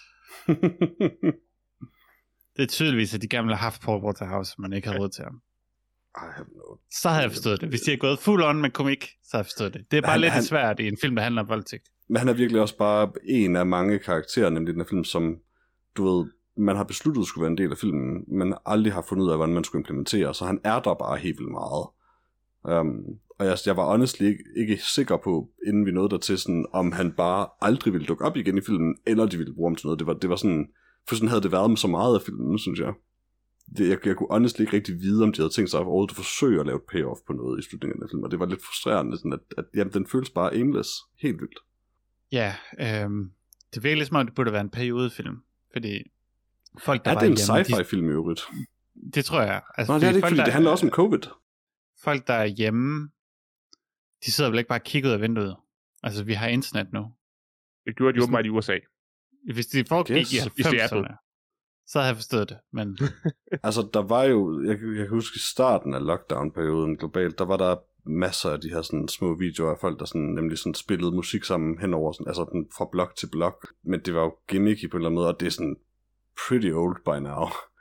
Det er tydeligvis, at de gerne ville have haft Paul Walter Hauser, men ikke havde råd til ham. I have no... Så havde jeg forstået det. Hvis de havde gået full on med komik, så havde jeg forstået det. Det er bare Han- lidt han- svært i en film, der handler om voldtægt. Men han er virkelig også bare en af mange karakterer, nemlig den her film, som, du ved, man har besluttet skulle være en del af filmen, men aldrig har fundet ud af, hvordan man skulle implementere, så han er der bare helt vildt meget. Um, og jeg, jeg var honestly ikke, ikke sikker på, inden vi nåede dertil, sådan, om han bare aldrig ville dukke op igen i filmen, eller de ville bruge ham til noget. Det var, det var sådan, for sådan havde det været med så meget af filmen, synes jeg. Det, jeg, jeg kunne honestly ikke rigtig vide, om de havde tænkt sig at overhovedet forsøge at lave et payoff på noget i slutningen af filmen, og det var lidt frustrerende, sådan at, at jamen, den føles bare aimless, helt vildt. Ja, øhm, det virker lidt som om, det burde være en periodefilm. Fordi folk, der Er var det en hjemme, sci-fi film i øvrigt? de, det tror jeg. Altså, Nå, det er det ikke, folk, fordi der, det handler også om covid. Folk, der er hjemme, de sidder vel ikke bare og kigger ud af vinduet. Altså, vi har internet nu. Det gjorde de Hvis- åbenbart i U S A. Hvis de foregik Yes. i I Seattle. halvfemserne, så havde jeg forstået det. Men Altså, der var jo, jeg, jeg kan huske i starten af lockdown-perioden globalt, der var der masser af de her sådan små videoer af folk, der sådan, nemlig sådan spillede musik sammen henover, sådan, altså sådan fra blok til blok. Men det var jo gimmicky på en eller anden måde, og det er sådan pretty old by now.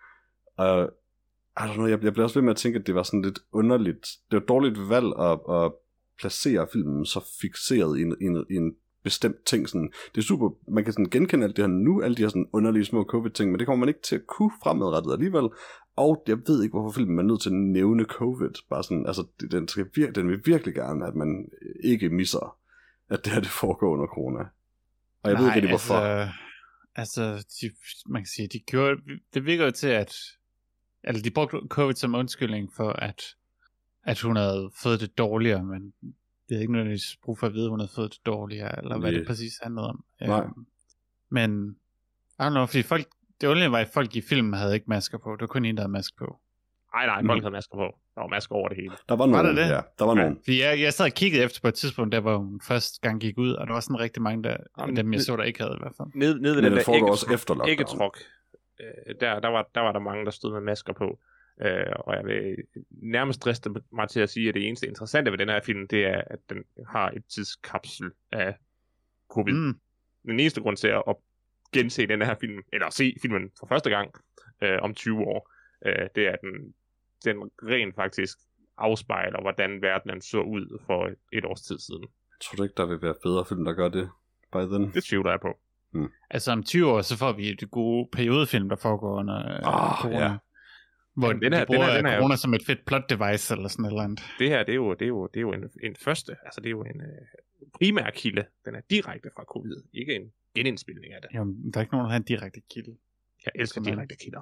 Og I don't know, jeg, jeg blev også ved med at tænke, at det var sådan lidt underligt. Det var et dårligt valg at, at placere filmen så fixeret i en, i en, i en bestemt ting. Sådan. Det er super, man kan sådan genkende alt det her nu, alle de her sådan underlige små covid-ting, men det kommer man ikke til at kunne fremadrettet alligevel. Og jeg ved ikke, hvorfor filmen er nødt til at nævne covid. Bare sådan, altså, den, skal vir- den vil virkelig gerne, at man ikke misser, at det her det foregår under corona. Og jeg Nej, ved ikke rigtig, hvorfor. Altså, altså de, man kan sige, de gjorde, det virker jo til, at altså, de brugte covid som undskyldning for, at, at hun havde fået det dårligere, men det er ikke nødvendigvis brug for at vide, at hun havde fået det dårligere, eller hvad yeah. det præcis handlede om. Nej. Um, men, I don't know, fordi folk, det onde var, at folk i filmen havde ikke masker på. Det var kun en, der havde maske på. Nej, nej, folk mm. havde masker på. Der var masker over det hele. Der var nogen, var der det? ja. Der var ja. nogen. Fordi jeg, jeg sad og kiggede efter på et tidspunkt, der hvor hun første gang gik ud, og der var sådan rigtig mange, der, Jamen, dem jeg så, der ikke havde i hvert fald. Nede, nede ved Men den det foregår også efter lockdown. æggetruk, øh, der, der, var, der var der mange, der stod med masker på. Øh, og jeg vil nærmest driste mig til at sige, at det eneste interessante ved den her film, det er, at den har et tidskapsel af covid. Mm. Den eneste grund til at gense den her film, eller at se filmen for første gang øh, om tyve år, øh, det er, at den, den rent faktisk afspejler, hvordan verdenen så ud for et, et års tid siden. Jeg tror ikke, der vil være bedre film, der gør det by then. Det tvivler jeg på. Mm. Altså om tyve år, så får vi et gode periodefilm, der foregår under oh, corona. Ja. Hvor den her, de bruger den her, den her, corona jo som et fedt plot device eller sådan et eller andet. Det her, det er jo, det er jo, det er jo en, en første, altså det er jo en uh, primær kilde. Den er direkte fra covid, ikke en genindspilning af det. Jo, der er ikke nogen, der har en direkte kilde. Jeg elsker Sådan direkte kilder.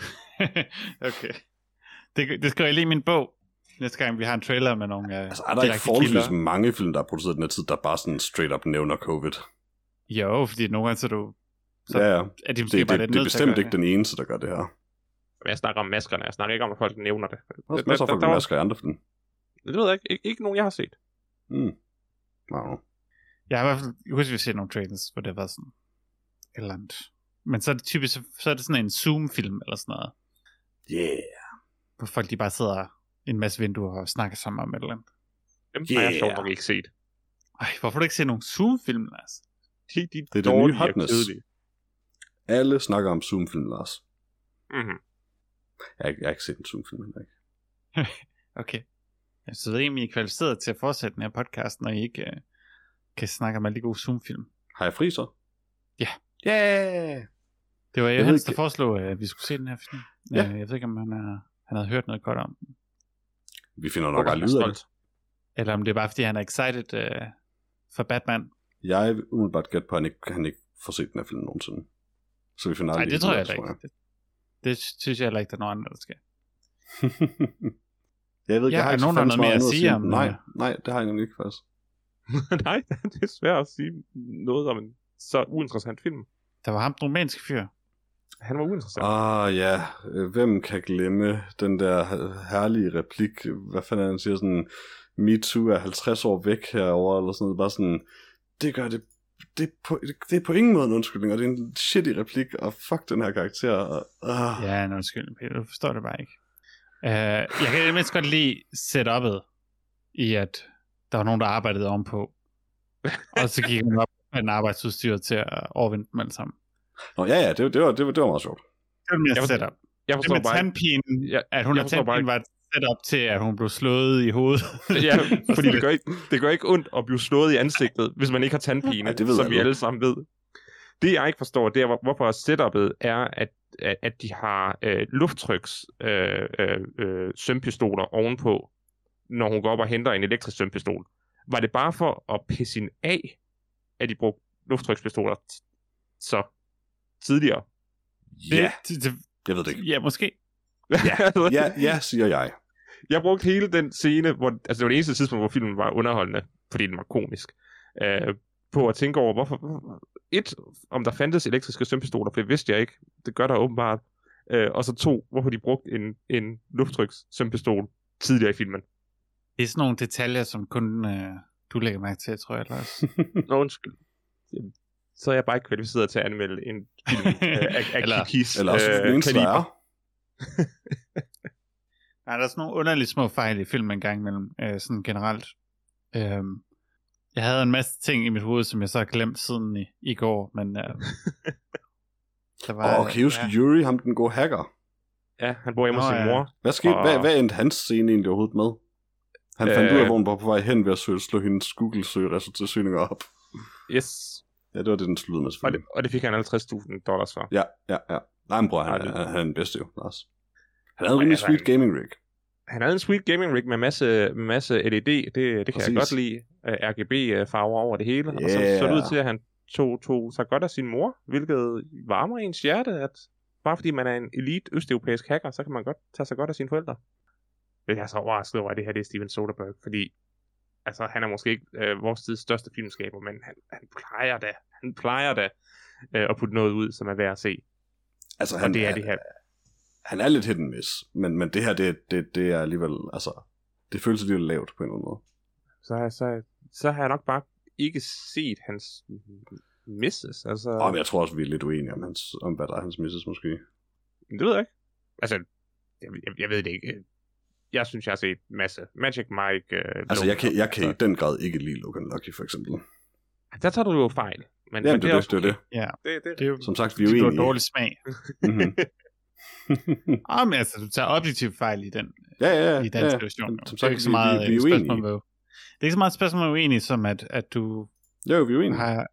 Okay. Det, det skriver jeg lige i min bog. Næste gang vi har en trailer med nogle uh, altså, er der ikke forholdsvis mange film, der er produceret den her tid, der bare sådan straight up nævner covid? Jo, fordi nogle gange så du... Så ja, ja. Er de det, det, det, det er bestemt ikke den eneste, der gør det her. Jeg snakker om maskerne, jeg snakker ikke om, at folk nævner det. Der er også masser af folk med masker i andre film. Det ved jeg ikke. Ik- ikke nogen, jeg har set. Mm. Wow. Jeg har i hvert fald, jeg husker, vi har set nogle trailers, hvor det var sådan et eller andet. Men så er det typisk, så er det sådan en Zoom-film eller sådan noget. Yeah. Hvor folk de bare sidder i en masse vinduer og snakker sammen om et eller andet. Dem yeah. har jeg sjovt nok ikke set. Ej, hvorfor har du ikke set nogle Zoom-film, Lars? De, de det er det nye hotness. Alle snakker om Zoom-film, Lars. Mhm. Jeg har, jeg har ikke set en Zoom-film, ikke? Okay. Jeg synes ikke, I er kvalificeret til at fortsætte den her podcast, når I ikke uh, kan snakke om alle de gode Zoom-film. Har jeg fri så? Ja. Yeah! Det var jeg Hans, der foreslog, at vi skulle se den her film. Ja. Uh, jeg ved ikke, om han, er, han havde hørt noget godt om den. Vi finder nok aldrig ud af det. Eller om det er bare, fordi han er excited uh, for Batman. Jeg vil umiddelbart gætte på, at han ikke, han ikke får set den her film nogensinde. Så vi finder aldrig. Nej, det tror jeg ikke. Det, det synes jeg heller ikke, der er nogen andre, der skal. Jeg ved ikke, ja, jeg har ikke nogen, der noget mere at sige om nej, nej, det har jeg nemlig ikke faktisk. Nej, det er svært at sige noget om en så uinteressant film. Der var ham, den rumænske fyr. Han var uinteressant. Ah ja, hvem kan glemme den der herlige replik, hvad fanden han siger, sådan, Me Too er halvtreds år væk herovre, eller sådan noget, bare sådan, det gør det, det er, på, det er på ingen måde en undskyldning, og det er en shitty replik, og fuck den her karakter. Og, uh. Ja, en undskyldning, Peter, du forstår det bare ikke. Uh, jeg kan mindst godt lide setup'et i, at der var nogen, der arbejdede ovenpå, og så gik hun op med en arbejdsudstyr til at overvinde dem alle sammen. Nå ja, ja, det, det, var, det, var, det var meget sjovt. Det var mere setup. Jeg forstår det med tandpinen, ja, at hun har tandpinen, var et setup til, at hun blev slået i hovedet. Ja, fordi det gør, ikke, det gør ikke ondt at blive slået i ansigtet, hvis man ikke har tandpine, ja, som vi alle sammen ved. Det jeg ikke forstår, det er, hvorfor setupet er, at, at de har øh, lufttryks øh, øh, sømpistoler ovenpå, når hun går op og henter en elektrisk sømpistol. Var det bare for at pisse hende af, at de brugte lufttrykspistoler t- så tidligere? Ja, det, det, jeg ved det ikke. Ja, måske. Ja, ja, ja, siger jeg. Jeg brugte hele den scene, hvor, altså det var det eneste tidspunkt, hvor filmen var underholdende, fordi den var komisk, øh, på at tænke over, hvorfor, et, om der fandtes elektriske sømpistoler, for det vidste jeg ikke, det gør der åbenbart, øh, og så to, hvorfor de brugte en, en lufttryks sømpistol tidligere i filmen. Det er sådan nogle detaljer, som kun øh, du lægger mærke til, tror jeg, Lars. Nå, undskyld. Så er jeg bare ikke kvalificeret til at anmelde en film øh, af, af eller, Kikis eller også øh, en kaliber. Nej, der er sådan nogle underlige små fejl i filmen en gang imellem, øh, sådan generelt. Øhm, jeg havde en masse ting i mit hoved, som jeg så har glemt siden i, i går, men... Øh, der var, og kan I huske ja. Yuri, ham den gode hacker? Ja, han bor hjemme hos Nå, sin ja. mor. Hvad skete? Og- Hvad, hvad endte hans scene egentlig overhovedet med? Han fandt Øh. ud af, hvor hun var på vej hen ved at søge, slå hendes Google-søgeresultatsøgninger op. Yes. Ja, det var det, den sluttede med Og det, selvfølgelig. og det fik han halvtreds tusind dollars for. Ja, ja, ja. Nej, men bror, han, Ej, han, det- han, han er den bedste jo, Lars. Han havde en Ej, rimelig altså, sweet han- gaming rig. Han havde en sweet gaming rig med masse, masse L E D. Det, det kan Præcis. jeg godt lide. Uh, R G B-farver over det hele. Og så Yeah. så det ud til, at han tog, tog sig godt af sin mor, hvilket varmer ens hjerte, at bare fordi man er en elite østeuropæisk hacker, så kan man godt tage sig godt af sine forældre. Men jeg er så overrasket over, at det her det er Steven Soderbergh, fordi altså, han er måske ikke øh, vores tids største filmskaber, men han, han plejer da, han plejer da øh, at putte noget ud, som er værd at se. Altså, Og han, det er han, det her. han er lidt hit and miss, men, men det her, det, det, det er alligevel, altså, det føles alligevel lavt på en eller anden måde. Så, så, så har jeg nok bare ikke set hans misses. Altså, Og men jeg tror også, vi er lidt uenige om, hans, om hvad der er hans misses måske. det ved jeg ikke. Altså, jeg, jeg, jeg ved det ikke. Jeg synes, jeg har set masse. Magic Mike. Øh, Altså, jeg kan, jeg kan i altså, den grad ikke lide Logan Lucky, for eksempel. der tager du jo fejl. Men, Ja, men det er det, det er okay. det. Ja, Det, det, det er jo Som sagt, vi er det er uenige. dårlig smag. Mhm. Ah, men altså, du tager objektivt fejl i den, ja, ja, ja. i den ja. situation. Som Det er jo sagt, ikke så vi, meget vi, øh, vi er spørgsmål, uenige. hvor- det er ikke så meget et spørgsmål, om uenig, som at, at du Jo, vi er uenige. har...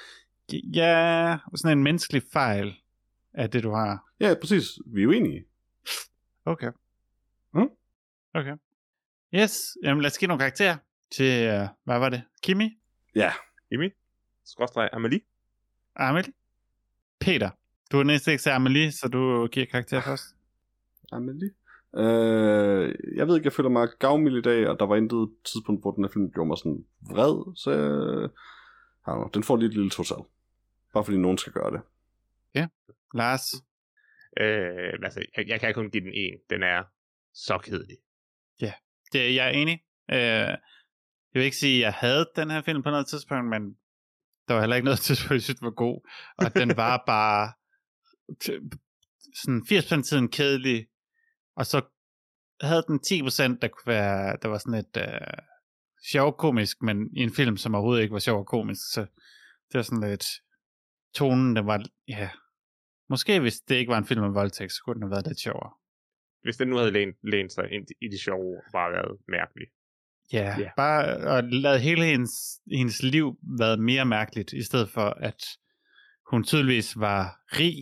Ja, sådan en menneskelig fejl af det, du har. Ja, præcis. Vi er uenige. Okay. Mm. Okay. Yes, jamen lad os give nogle karakterer til, uh, hvad var det? Kimi? Ja, Jimmy? Skråstreg Amelie? Amelie? Peter. Du er næsten ikke til Amelie, så du giver karakter først. Amelie. Øh, jeg ved ikke, jeg føler mig gavmild i dag, og der var intet tidspunkt, hvor den her film gjorde mig sådan vred, så jeg, jeg know, den får lige et lille total. Bare fordi nogen skal gøre det. Lars? Øh, altså, jeg, jeg kan kun give den en. Den er så kedelig. Det, jeg er enig. Øh, jeg vil ikke sige, at jeg havde den her film på noget tidspunkt, men der var heller ikke noget tidspunkt, jeg synes var god. Og den var bare t- sådan firs procent af tiden kedelig, og så havde den ti procent, der kunne være, der var sådan et øh, sjov komisk, men i en film, som overhovedet ikke var sjov og komisk, så det var sådan lidt, tonen, der var, ja, måske hvis det ikke var en film om voldtægt, så kunne den have været lidt sjovere. Hvis den nu havde lænt, lænt sig ind i de sjove, bare været mærkelig. Ja, Ja. bare at lade hele hendes, hendes liv været mere mærkeligt, i stedet for at hun tydeligvis var rig,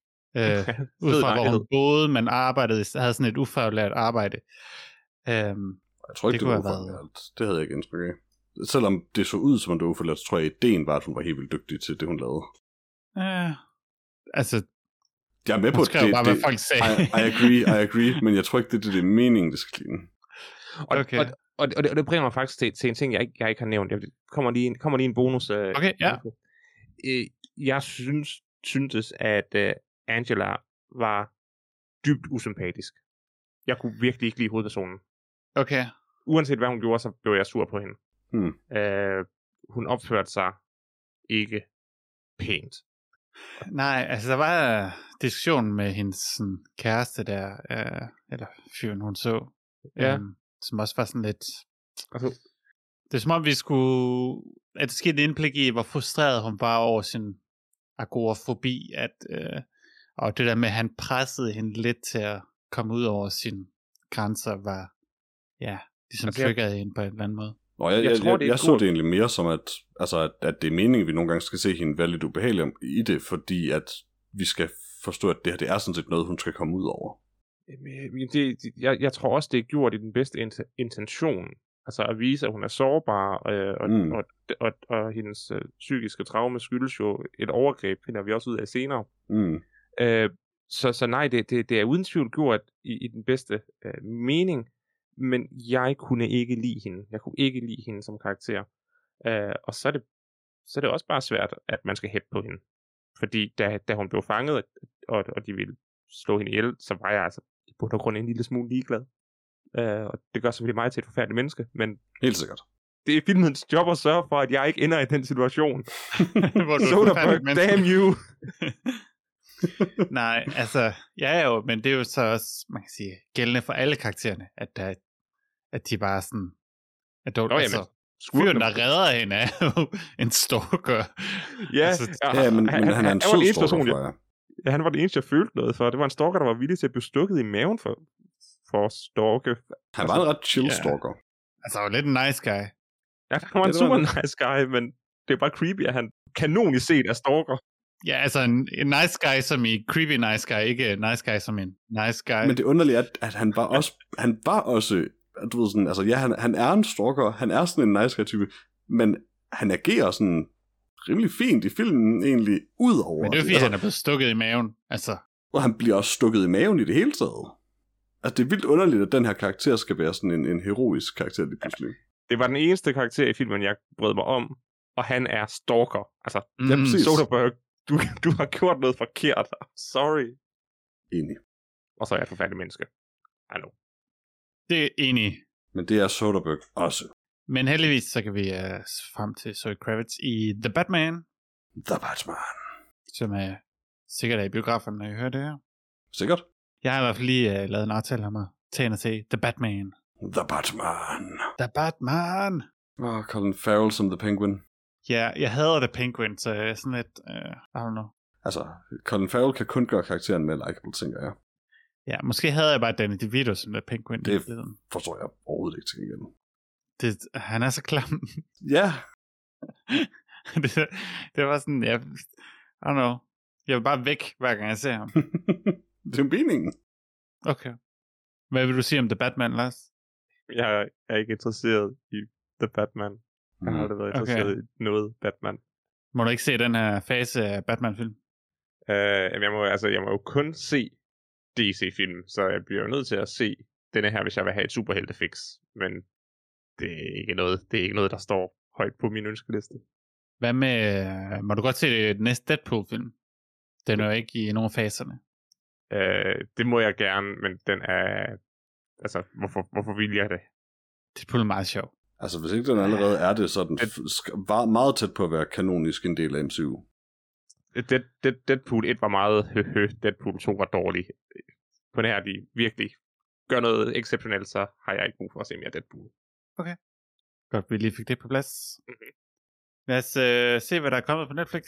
øh, ud Fed fra hvor lejlighed. hun boede, men arbejdede, havde sådan et ufaglært arbejde. Øhm, Jeg tror ikke, Det det, kunne det var have været- uformelt. Det havde jeg ikke indtryk af. Selvom det så ud, som om det var uformelt, så tror jeg, at ideen var, at hun var helt vildt dygtig til det, hun lavede. øh, altså, Jeg er med på, hun at skrev det, bare, det, hvad folk sagde. I, I agree, I agree, men jeg tror ikke, det, det, det er meningen, det skal ligne. Og, Okay. og, og, og, det, og det bringer mig faktisk til, til en ting, jeg ikke, jeg ikke har nævnt. Jeg kommer lige en, kommer lige en bonus. Øh, Okay, ja. øh, jeg synes, syntes, at øh, Angela var dybt usympatisk. Jeg kunne virkelig ikke lide hovedpersonen. Okay, Uanset hvad hun gjorde, så blev jeg sur på hende. Hmm. Øh, hun opførte sig ikke pænt. nej, altså der var øh, diskussionen med hendes sådan, kæreste der, øh, eller fyren hun så, Ja. øhm, som også var sådan lidt, Altså, det er som om vi skulle, at det skete et indblik i, hvor frustreret hun var over sin agorafobi, at, øh, og det der med, at han pressede hende lidt til at komme ud over sine grænser, var, ja, ligesom Altså, jeg- triggerede hende på en eller anden måde. Nå, jeg, Jeg jeg, tror, jeg, det er jeg så god- det egentlig mere som, at, altså, at, at det er meningen, at vi nogle gange skal se hende være lidt ubehagelig om- i det, fordi at vi skal forstå, at det her det er sådan set noget, hun skal komme ud over. Jamen, det, det, jeg, jeg tror også, det er gjort i den bedste int- intention. Altså at vise, at hun er sårbar, øh, og, Mm. mm. og, og, og hendes øh, psykiske traume skyldes jo et overgreb, finder vi også ud af senere. Mm. Øh, så, så nej, det, det, det er uden tvivl gjort i, i den bedste øh, mening, men jeg kunne ikke lide hende. Jeg kunne ikke lide hende som karakter. Øh, og så er, det, så er det også bare svært, at man skal hæppe på hende. Fordi da, da hun blev fanget, og, og de ville slå hende ihjel, så var jeg altså i bund og grund en lille smule ligeglad. Uh, og det gør selvfølgelig mig til et forfærdeligt menneske, men Helt sikkert. det er filmens job at sørge for, at jeg ikke ender i den situation. Hvor du er et Soderbergh, forfærdeligt menneske. damn you! Nej, altså, ja jo, men det er jo så også, man kan sige, gældende for alle karaktererne, at, der, at de bare sådan, at dog, Nå, altså, jamen, fyren, der redder hende, er jo en stalker. Ja, altså, ja, Ja, men, men han, han er en var den sød eneste stalker, person, tror jeg. Ja, han var den eneste, jeg følte noget for. Det var en stalker, der var villig til at blive stukket i maven for, for at stalke. Han var en ret chill ja. stalker. Altså, han var lidt en nice guy. Ja, han var en Det var super han. nice guy, men det er bare creepy, at han kanonisk set er stalker. Ja, altså en, en nice guy som i creepy nice guy, ikke en nice guy som en nice guy. Men det underlige er, at han var også, han var også, du ved sådan, altså ja, han, han er en stalker, han er sådan en nice guy type, men han agerer sådan rimelig fint i filmen egentlig, ud over. Men det er jo fordi, altså, han er blevet stukket i maven. Altså, og han bliver også stukket i maven i det hele taget. Altså det er vildt underligt, at den her karakter skal være sådan en, en heroisk karakter lige pludselig. Det var den eneste karakter i filmen, jeg brød mig om, og han er stalker. Altså, mm, Ja, præcis. Soderbergh, du, du har gjort noget forkert. Sorry. Enig. Og så er jeg et forfærdeligt menneske. I know. det er enig. Men det er Soderbergh også. Men heldigvis, så kan vi uh, frem til Zoe Kravitz i The Batman, The Batman. som er sikkert er i biografen, når I hører det her. Sikkert? Jeg har i hvert fald lige uh, lavet en aftale om at tage ind og se The Batman. The Batman. The Batman! Og Colin Farrell som The Penguin. Ja, jeg hader The Penguin, så jeg er sådan lidt, uh, I don't know. Altså, Colin Farrell kan kun gøre karakteren mere likeable, tænker jeg. Ja, måske havde jeg bare Danny DeVito som The Penguin. Det i virkeligheden. forstår jeg overhovedet ikke til igen. det, han er så klam. Ja, det, det var sådan, jeg, I don't know. Jeg vil bare væk, hver gang jeg ser ham. det er jo meningen. Okay. Hvad vil du sige om The Batman, Lars? Jeg er ikke interesseret i The Batman. Jeg har aldrig været interesseret Okay. i noget Batman. Må du ikke se den her fase af Batman-film? Uh, jeg, må, altså, jeg må jo kun se D C-film, så jeg bliver jo nødt til at se denne her, hvis jeg vil have et superheltefix. Men det er ikke noget, det er ikke noget, der står højt på min ønskeliste. Hvad med, må du godt se det næste Deadpool-film? Den er jo ikke i nogen af faserne. Uh, det må jeg gerne, men den er... Altså, hvorfor, hvorfor vil jeg det? Deadpool er meget sjov. Altså, hvis ikke den allerede er det, så er den f- var meget tæt på at være kanonisk en del af M C U. Dead, Dead, Deadpool et var meget høhø, Deadpool to var dårlig. På det her, de virkelig gør noget exceptionelt, så har jeg ikke brug for at se mere Deadpool. Godt, vi lige fik det på plads. Mhm. Lad os øh, se, hvad der er kommet på Netflix.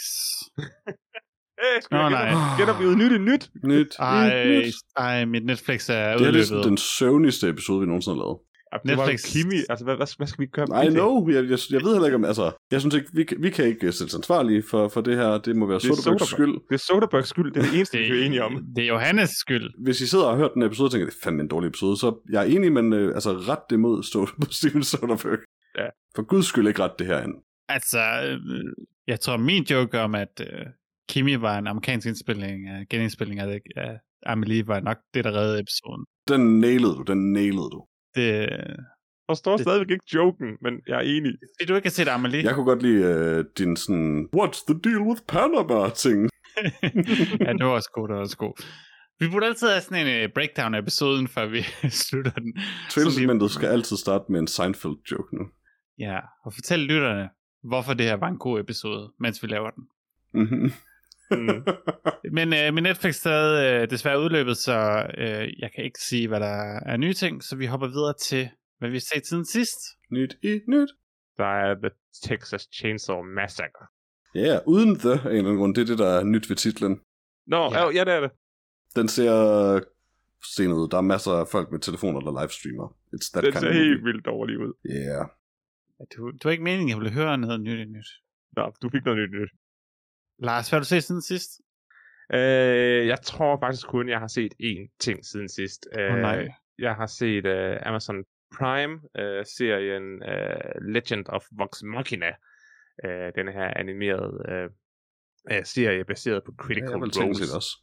Hey, skal Nå, jeg nej. genopleve nyt i nyt? Nyt, Ej, nyt. ej, mit Netflix er Det er udløbet. ligesom den søvnigste episode, vi nogensinde har lavet. Ja, det var jo Netflix. Kimi. Altså, hvad, hvad, hvad skal vi gøre med I det? know, jeg, jeg, jeg ved heller ikke om, altså, jeg synes ikke, vi, kan- vi kan ikke sættes ansvarlige for, for det her, det må være Det er Soderberghs Soderbergh. skyld. Det er Soderberghs skyld, det er det eneste, vi er enige om. Det er Johannes skyld. Hvis I sidder og har hørt den episode og tænker, det er fandme en dårlig episode, så jeg er enig, men øh, altså ret det mod stå på Steven Soderbergh. Ja. For guds skyld ikke ret det her ind. Altså, øh, jeg tror min joke om, at øh, Kimi var en amerikansk indspilning af genindspilning af, af Amelie, var nok det, der reddede episoden. Den nailede du, den nailede du. Det, Jeg forstår Det- stadigvæk ikke joken, men jeg er enig. fordi du ikke har set Amelie. Jeg kunne godt lide øh, din sådan, what's the deal with Panama ting. Ja, det var også god, det var også god. Vi burde altid have sådan en uh, breakdown af episoden, før vi slutter den. Trailersegmentet skal altid starte med en Seinfeld-joke nu. Ja, og fortæl lytterne, hvorfor det her var en god episode, mens vi laver den. Mm-hmm. Mm. Men øh, min Netflix er øh, desværre udløbet, så øh, jeg kan ikke sige, hvad der er nye ting, så vi hopper videre til, hvad vi har set siden sidst. Nyt i nyt. Der er The Texas Chainsaw Massacre. Ja, yeah, uden the af en eller anden grund. Det er det, der er nyt ved titlen. Nå, Ja. ja. ja, det er det. Den ser sten ud. Der er masser af folk med telefoner, der livestreamer. It's that Den kind ser of helt movie. vildt dårlig ud. Yeah. Du, du var ikke meningen, at jeg ville høre noget nyt i nyt. Nå, du fik noget nyt nyt. Lars, hvad har du set siden sidst? Øh, jeg tror faktisk kun, jeg har set én ting siden sidst. Åh oh, nej. Jeg har set uh, Amazon Prime-serien uh, uh, Legend of Vox Machina. Uh, den her animerede uh, uh, serie baseret på Critical Ja, jeg vil Role. tænke set også.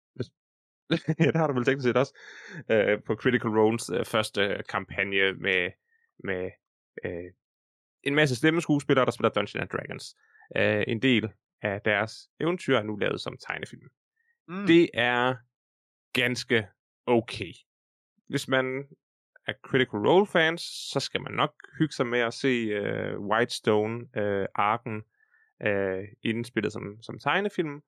Ja, det har du vel tænkt set også. Uh, på Critical Roles uh, første kampagne med, med uh, en masse stemmeskuespillere, der spiller Dungeons and Dragons. Uh, en del af deres eventyr er nu lavet som tegnefilm. Mm. Det er ganske okay. Hvis man er Critical Role fans, så skal man nok hygge sig med at se uh, Whitestone uh, arken uh, indspillet som, som tegnefilm.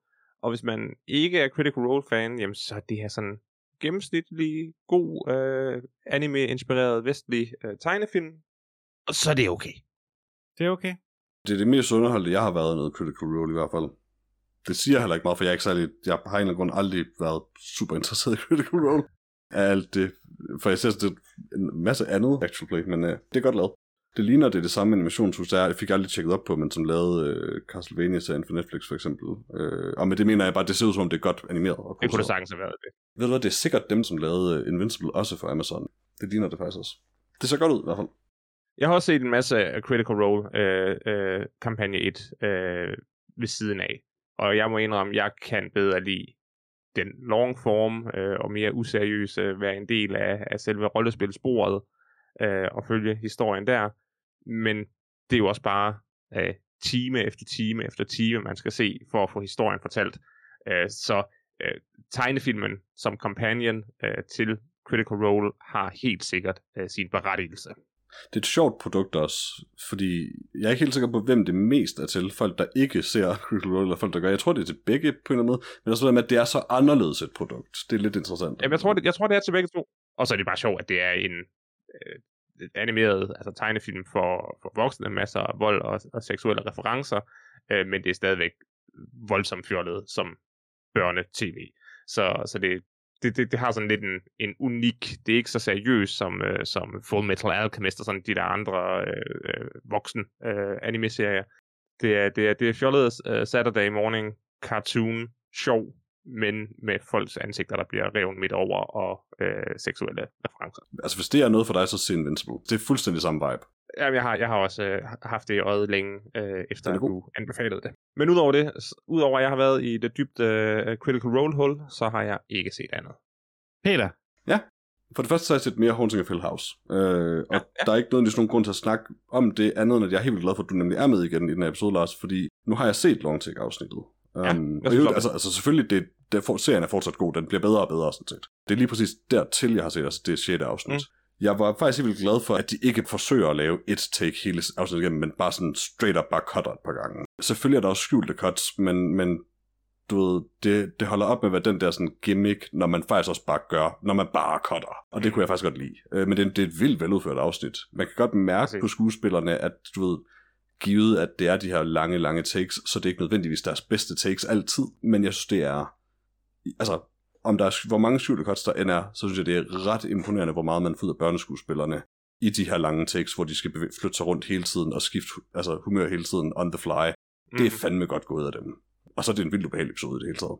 Og hvis man ikke er Critical Role-fan, jamen så er det her sådan gennemsnitlig, god, øh, anime-inspireret vestlig øh, tegnefilm. Og så er det okay. Det er okay. Det er det mest underholdte, jeg har været noget Critical Role i hvert fald. Det siger heller ikke meget, for jeg er ikke særlig, jeg har en eller grund aldrig været super interesseret i Critical Role. Alt det, for jeg ser det en masse andet actual play, men uh, det er godt lavet. Det ligner, det er det samme animationshus, der er. Jeg fik aldrig tjekket op på, men som lavede uh, Castlevania-serien for Netflix for eksempel. Uh, og med det mener jeg bare, det ser ud som om det er godt animeret. Og det kunne det sagtens have været det. Ved du hvad, det er sikkert dem, som lavede uh, Invincible også for Amazon. Det ligner det faktisk også. Det ser godt ud i hvert fald. Jeg har også set en masse Critical Role øh, øh, kampagne et øh, ved siden af. Og jeg må indrømme, at jeg kan bedre lide den long form øh, og mere useriøse være en del af, af selve rollespilsbordet øh, og følge historien der. Men det er jo også bare øh, time efter time efter time, man skal se for at få historien fortalt. Øh, så øh, tegnefilmen som companion øh, til Critical Role har helt sikkert øh, sin berettigelse. Det er et sjovt produkt også, fordi jeg er ikke helt sikker på, hvem det mest er til. Folk, der ikke ser Critical Role, eller folk, der gør. Jeg tror, det er til begge på en eller anden måde, men også det med, at det er så anderledes et produkt. Det er lidt interessant. Jamen, jeg tror, det, jeg tror, det er til begge to. Og så er det bare sjovt, at det er en øh, animeret altså tegnefilm for, for voksne, masser af vold og, og seksuelle referencer, øh, men det er stadigvæk voldsomt fjollet som børne-tv. Så, så det Det, det, det har sådan lidt en, en unik, det er ikke så seriøst som, øh, som Full Metal Alchemist og sådan de der andre øh, voksen øh, anime-serier. Det er, det er, det er fjollet uh, Saturday morning cartoon sjov, men med folks ansigter, der bliver revet midt over og øh, seksuelle referencer. Altså hvis det er noget for dig, så se Invincible. Det er fuldstændig samme vibe. Jamen, jeg har, jeg har også øh, haft det i øjet længe, øh, efter at du anbefalede det. Men udover det, udover at jeg har været i det dybt øh, Critical Role-hul, så har jeg ikke set andet. Peter? Ja, for det første så har jeg set mere Haunting of Hill House. Øh, og ja, ja. Der er ikke noget, nogen grund til at snakke om det andet, end at jeg er helt vildt glad for, at du nemlig er med igen i den her episode, Lars, fordi nu har jeg set Long Take-afsnittet. Ja, um, og jo, altså, altså selvfølgelig, det, det for, serien er fortsat god, den bliver bedre og bedre sådan set. Det er lige præcis dertil, jeg har set, altså det er sjette afsnit. Mm. Jeg var faktisk helt vildt glad for, at de ikke forsøger at lave et take hele afsnittet igennem, men bare sådan straight up bare cutter et par gange. Selvfølgelig er der også skjulte cuts, men, men du ved, det, det holder op med at være den der sådan gimmick, når man faktisk også bare gør, når man bare cutter. Og det kunne jeg faktisk godt lide. Uh, men det, det er et vildt veludført afsnit. Man kan godt mærke på skuespillerne, at du ved, givet at det er de her lange, lange takes, så det er ikke nødvendigvis deres bedste takes altid, men jeg synes, det er, altså, om der er, hvor mange skjulte cuts der end er, så synes jeg, det er ret imponerende, hvor meget man får ud af børneskuespillerne i de her lange takes, hvor de skal bevæge, flytte sig rundt hele tiden og skifte altså, humør hele tiden on the fly. Mm. Det er fandme godt gået af dem. Og så er det en vildt ubehagelig episode i det hele taget.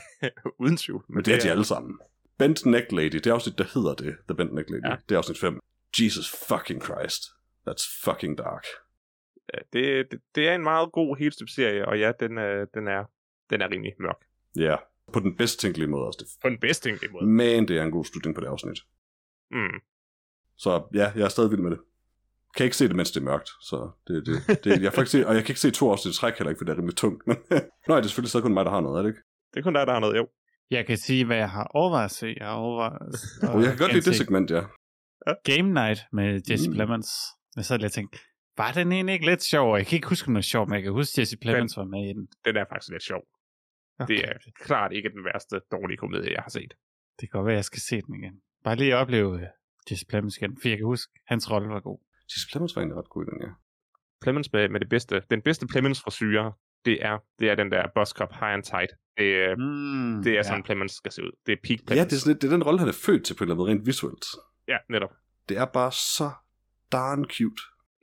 Uden tvivl. Men det er de alle sammen. Bent Neck Lady, det er afsnit, der hedder det, The Bent Neck Lady. Ja. Det er afsnit fem. Jesus fucking Christ. That's fucking dark. Det, det, det er en meget god helstøbserie, og ja, den er, den er, den er rimelig mørk. Ja, yeah. På den bedst tænkelige måde også. På den bedst tænkelige måde. Men det er en god slutning på det afsnit. Mm. Så ja, jeg er stadig vild med det. Kan ikke se det, mens det er mørkt. Så det, det, det, jeg får ikke se, og jeg kan ikke se to afsnit i træk heller ikke, for det er rimelig tungt. Men nej, det er selvfølgelig stadig kun mig, der har noget, er det ikke? Det er kun dig, der har noget, jo. Jeg kan sige, hvad jeg har overvejet at se. Jeg har overvejet... Og jeg kan godt lide det segment, ja. Game Night med Jesse mm. Plemons. Jeg sad lidt og tænkte, var den egentlig ikke lidt sjov? Jeg kan ikke huske, om den var sjov, men jeg kan huske, at Jesse Plemons var med i den. Den er faktisk lidt sjov. Okay. Det er klart ikke den værste dårlige komedie, jeg har set. Det kan godt være, at jeg skal se den igen. Bare lige opleve uh, Jesse Plemons igen, for jeg kan huske, hans rolle var god. Jesse Plemons var egentlig ret god i den, ja. Plemons med, med det bedste. Den bedste Plemons frisyre, det er, det er den der Buzzcop High and Tight. Det, mm, det er ja. Sådan, Plemons skal se ud. Det er peak Plemons. Ja, det er, sådan, det er den rolle, han er født til på en eller anden måde, rent visuelt. Ja, netop. Det er bare så darn cute.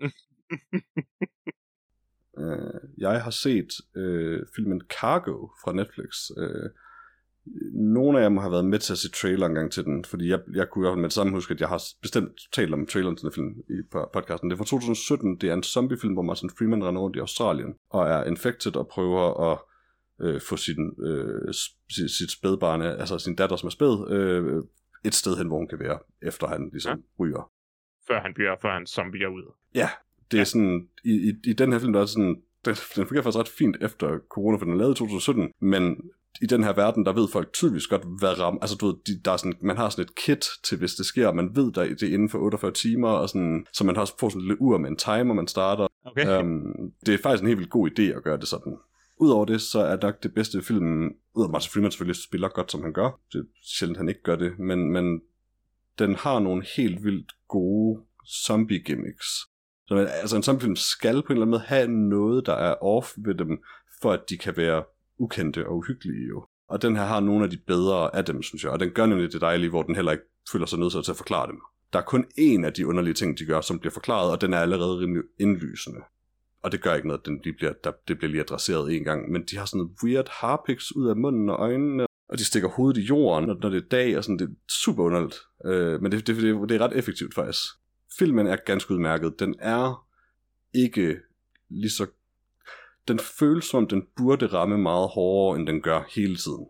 uh, jeg har set uh, filmen Cargo fra Netflix. Uh, nogle af jer må have været med til at se trailer en gang til den, fordi jeg, jeg kunne jo med det samme huske, at jeg har bestemt talt om traileren til den film i podcasten. Det er fra to tusind sytten, det er en zombiefilm, hvor Martin Freeman render rundt i Australien og er infected og prøver at øh, få sin, øh, sit, sit spædbarn, altså sin datter, som er spæd, øh, et sted hen, hvor hun kan være, efter han ligesom ja. ryger. Før han bliver, før han zombier ud. Ja, det er ja. sådan, i, i, i den her film, der er sådan, den, den fungerer faktisk ret fint efter corona, for den er lavet i to tusind sytten, men i den her verden, der ved folk tydeligvis godt, hvad ram, altså du ved, de, der er sådan, man har sådan et kit til, hvis det sker, man ved, der det er inden for otteogfyrre timer, og sådan, så man har også får sådan et lille ur med en timer, man starter. Okay. Um, det er faktisk en helt vildt god idé at gøre det sådan, Udover det, så er nok det bedste film, udover Martin Freeman selvfølgelig spiller godt, som han gør. Det er sjældent, han ikke gør det, men, men den har nogle helt vildt gode zombie-gimmicks. Så, altså en zombiefilm skal på en eller anden måde have noget, der er off ved dem, for at de kan være ukendte og uhyggelige jo. Og den her har nogle af de bedre af dem, synes jeg. Og den gør nemlig det dejlige, hvor den heller ikke føler sig nødt til at forklare dem. Der er kun én af de underlige ting, de gør, som bliver forklaret, og den er allerede rimelig indlysende. Og det gør ikke noget, den, de bliver, der, det bliver lige adresseret en gang. Men de har sådan noget weird harpiks ud af munden og øjnene, og de stikker hovedet i jorden, når det er dag, og sådan. Det er super underligt. Øh, men det, det, det, det er ret effektivt faktisk. Filmen er ganske udmærket. Den er ikke lige så... Den føles som, den burde ramme meget hårdere, end den gør hele tiden.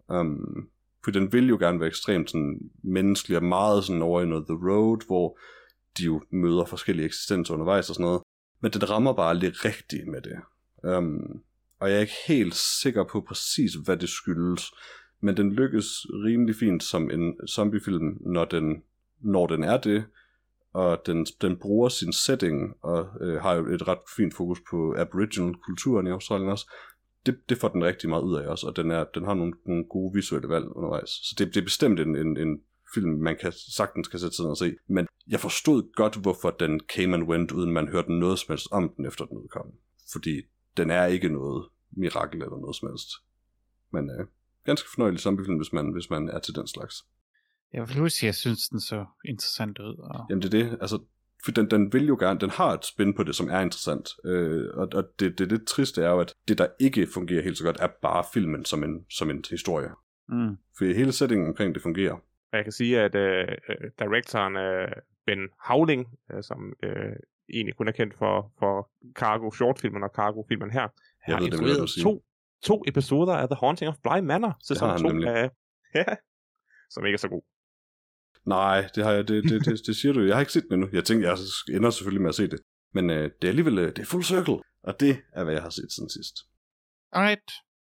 Um, for den vil jo gerne være ekstremt sådan, menneskelig, og meget sådan over i noget The Road, hvor de jo møder forskellige eksistenser undervejs og sådan noget. Men den rammer bare lidt rigtigt med det. Um, og jeg er ikke helt sikker på præcis, hvad det skyldes. Men den lykkes rimelig fint som en zombiefilm, når den, når den er det. Og den, den bruger sin setting, og øh, har jo et ret fint fokus på Aboriginal-kulturen i Australien også. Det, det får den rigtig meget ud af også, og den, er, den har nogle, nogle gode visuelle valg undervejs. Så det, det er bestemt en, en, en film, man kan sagtens kan sætte sig ned og se. Men jeg forstod godt, hvorfor den came and went, uden man hørte noget som helst om den, efter den udkom. Fordi den er ikke noget mirakel eller noget som helst. Men øh, ganske fornøjelig zombiefilm, hvis man, hvis man er til den slags. Jeg vil huske, jeg synes, den så interessant ud. Og... Jamen det er det, altså, for den, den vil jo gerne, den har et spin på det, som er interessant. Øh, og og det, det lidt triste er jo, at det, der ikke fungerer helt så godt, er bare filmen som en, som en historie. Mm. For hele settingen omkring det fungerer. Og jeg kan sige, at øh, directoren øh, Ben Howling, øh, som øh, egentlig kun er kendt for, for Cargo shortfilmen og Cargo-filmen her, jeg har ved, instrueret det, to, to episoder af The Haunting of Bly Manor, sæson to, af, ja, som ikke er så god. Nej, det har jeg, det, det, det, det siger du. Jeg har ikke set den endnu. Jeg tænker, jeg ender selvfølgelig med at se det. Men øh, det er alligevel, det er full circle. Og det er, hvad jeg har set siden sidst. Alright.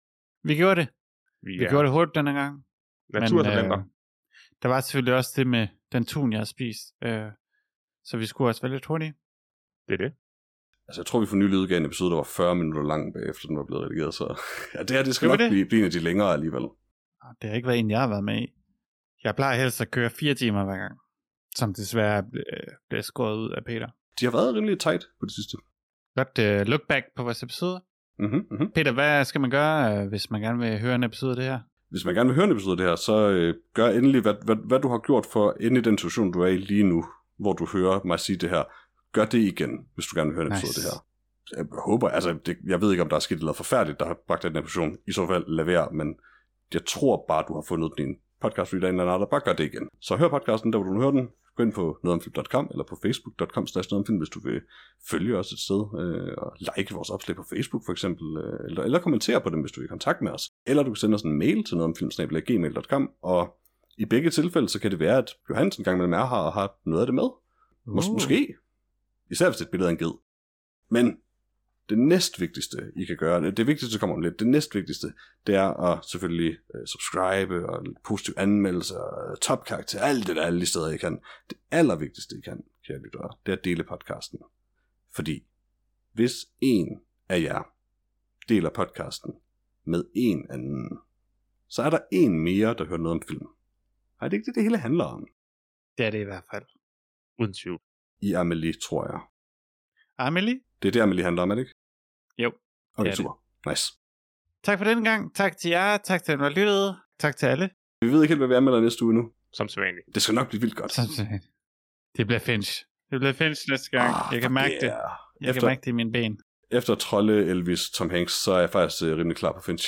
Vi gjorde det. Vi, Vi gjorde det hurtigt denne gang. Naturtalenter. Øh, der var selvfølgelig også det med den tun, jeg har spist. Øh, så vi skulle også være lidt hurtige. Det er det. Altså, jeg tror, vi for nylig udgav en episode, der var fyrre minutter lang bagefter, den var blevet redigeret. Så ja, det her, det skal det nok det. Blive, blive en af de længere alligevel. Det har ikke været en, jeg har været med i. Jeg plejer helst at køre fire timer hver gang, som desværre bliver skåret ud af Peter. De har været rimelig tight på det sidste. Godt uh, look back på vores episode. Mm-hmm, mm-hmm. Peter, hvad skal man gøre, hvis man gerne vil høre en episode af det her? Hvis man gerne vil høre en episode af det her, så øh, gør endelig, hvad, hvad, hvad du har gjort for inde i den situation, du er i lige nu, hvor du hører mig sige det her. Gør det igen, hvis du gerne vil høre en nice. Episode af det her. Jeg håber, altså, det, jeg ved ikke, om der er sket noget forfærdeligt, der har bragt den her position. I så fald lad være, men jeg tror bare, du har fundet din podcast reader eller andet, bare gør det igen. Så hør podcasten, der hvor du hører den. Gå ind på nogetomfilm punktum com eller på facebook punktum com slash nogetomfilm, hvis du vil følge os et sted øh, og like vores opslag på Facebook for eksempel, øh, eller, eller kommentere på dem, hvis du vil i kontakt med os. Eller du kan sende os en mail til nogetomfilm snabel-a gmail punktum com, og i begge tilfælde, så kan det være, at Johannes en gang mellem er her og har noget af det med. Mås- uh. Måske. Især hvis det er et billede af en ged. Men det næstvigtigste, I kan gøre, det vigtigste kommer om lidt, det næstvigtigste, det er at selvfølgelig uh, subscribe og positive anmeldelser, og topkarakter, alt det der, alle de steder, I kan. Det allervigtigste, I kan, kære lyttere, det er at dele podcasten. Fordi hvis en af jer deler podcasten med en anden, så er der en mere, der hører noget om film. Er det ikke det, det hele handler om? Det er det i hvert fald. Uden tvivl. I Amelie, tror jeg. Amelie? Det er det, Amelie handler om, er det ikke? Jo. Okay, super. Det. Nice. Tak for den gang. Tak til jer. Tak til at du har lyttet. Tak til alle. Vi ved ikke helt, hvad vi anmelder næste uge nu. Som sædvanligt. Det skal nok blive vildt godt. Som sædvanligt. Det bliver Finch. Det bliver Finch næste gang. Oh, jeg kan mærke yeah. det. Jeg efter, kan mærke det i mine ben. Efter Trolle, Elvis, Tom Hanks, så er jeg faktisk uh, rimelig klar på Finch.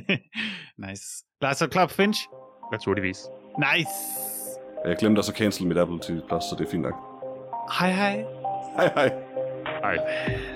Nice. Lars, er du klar på Finch? Naturligvis. Nice. Jeg glemte også at cancel mit Apple T V Plus, så det er fint nok. Hej hej. Hej hej. Hej.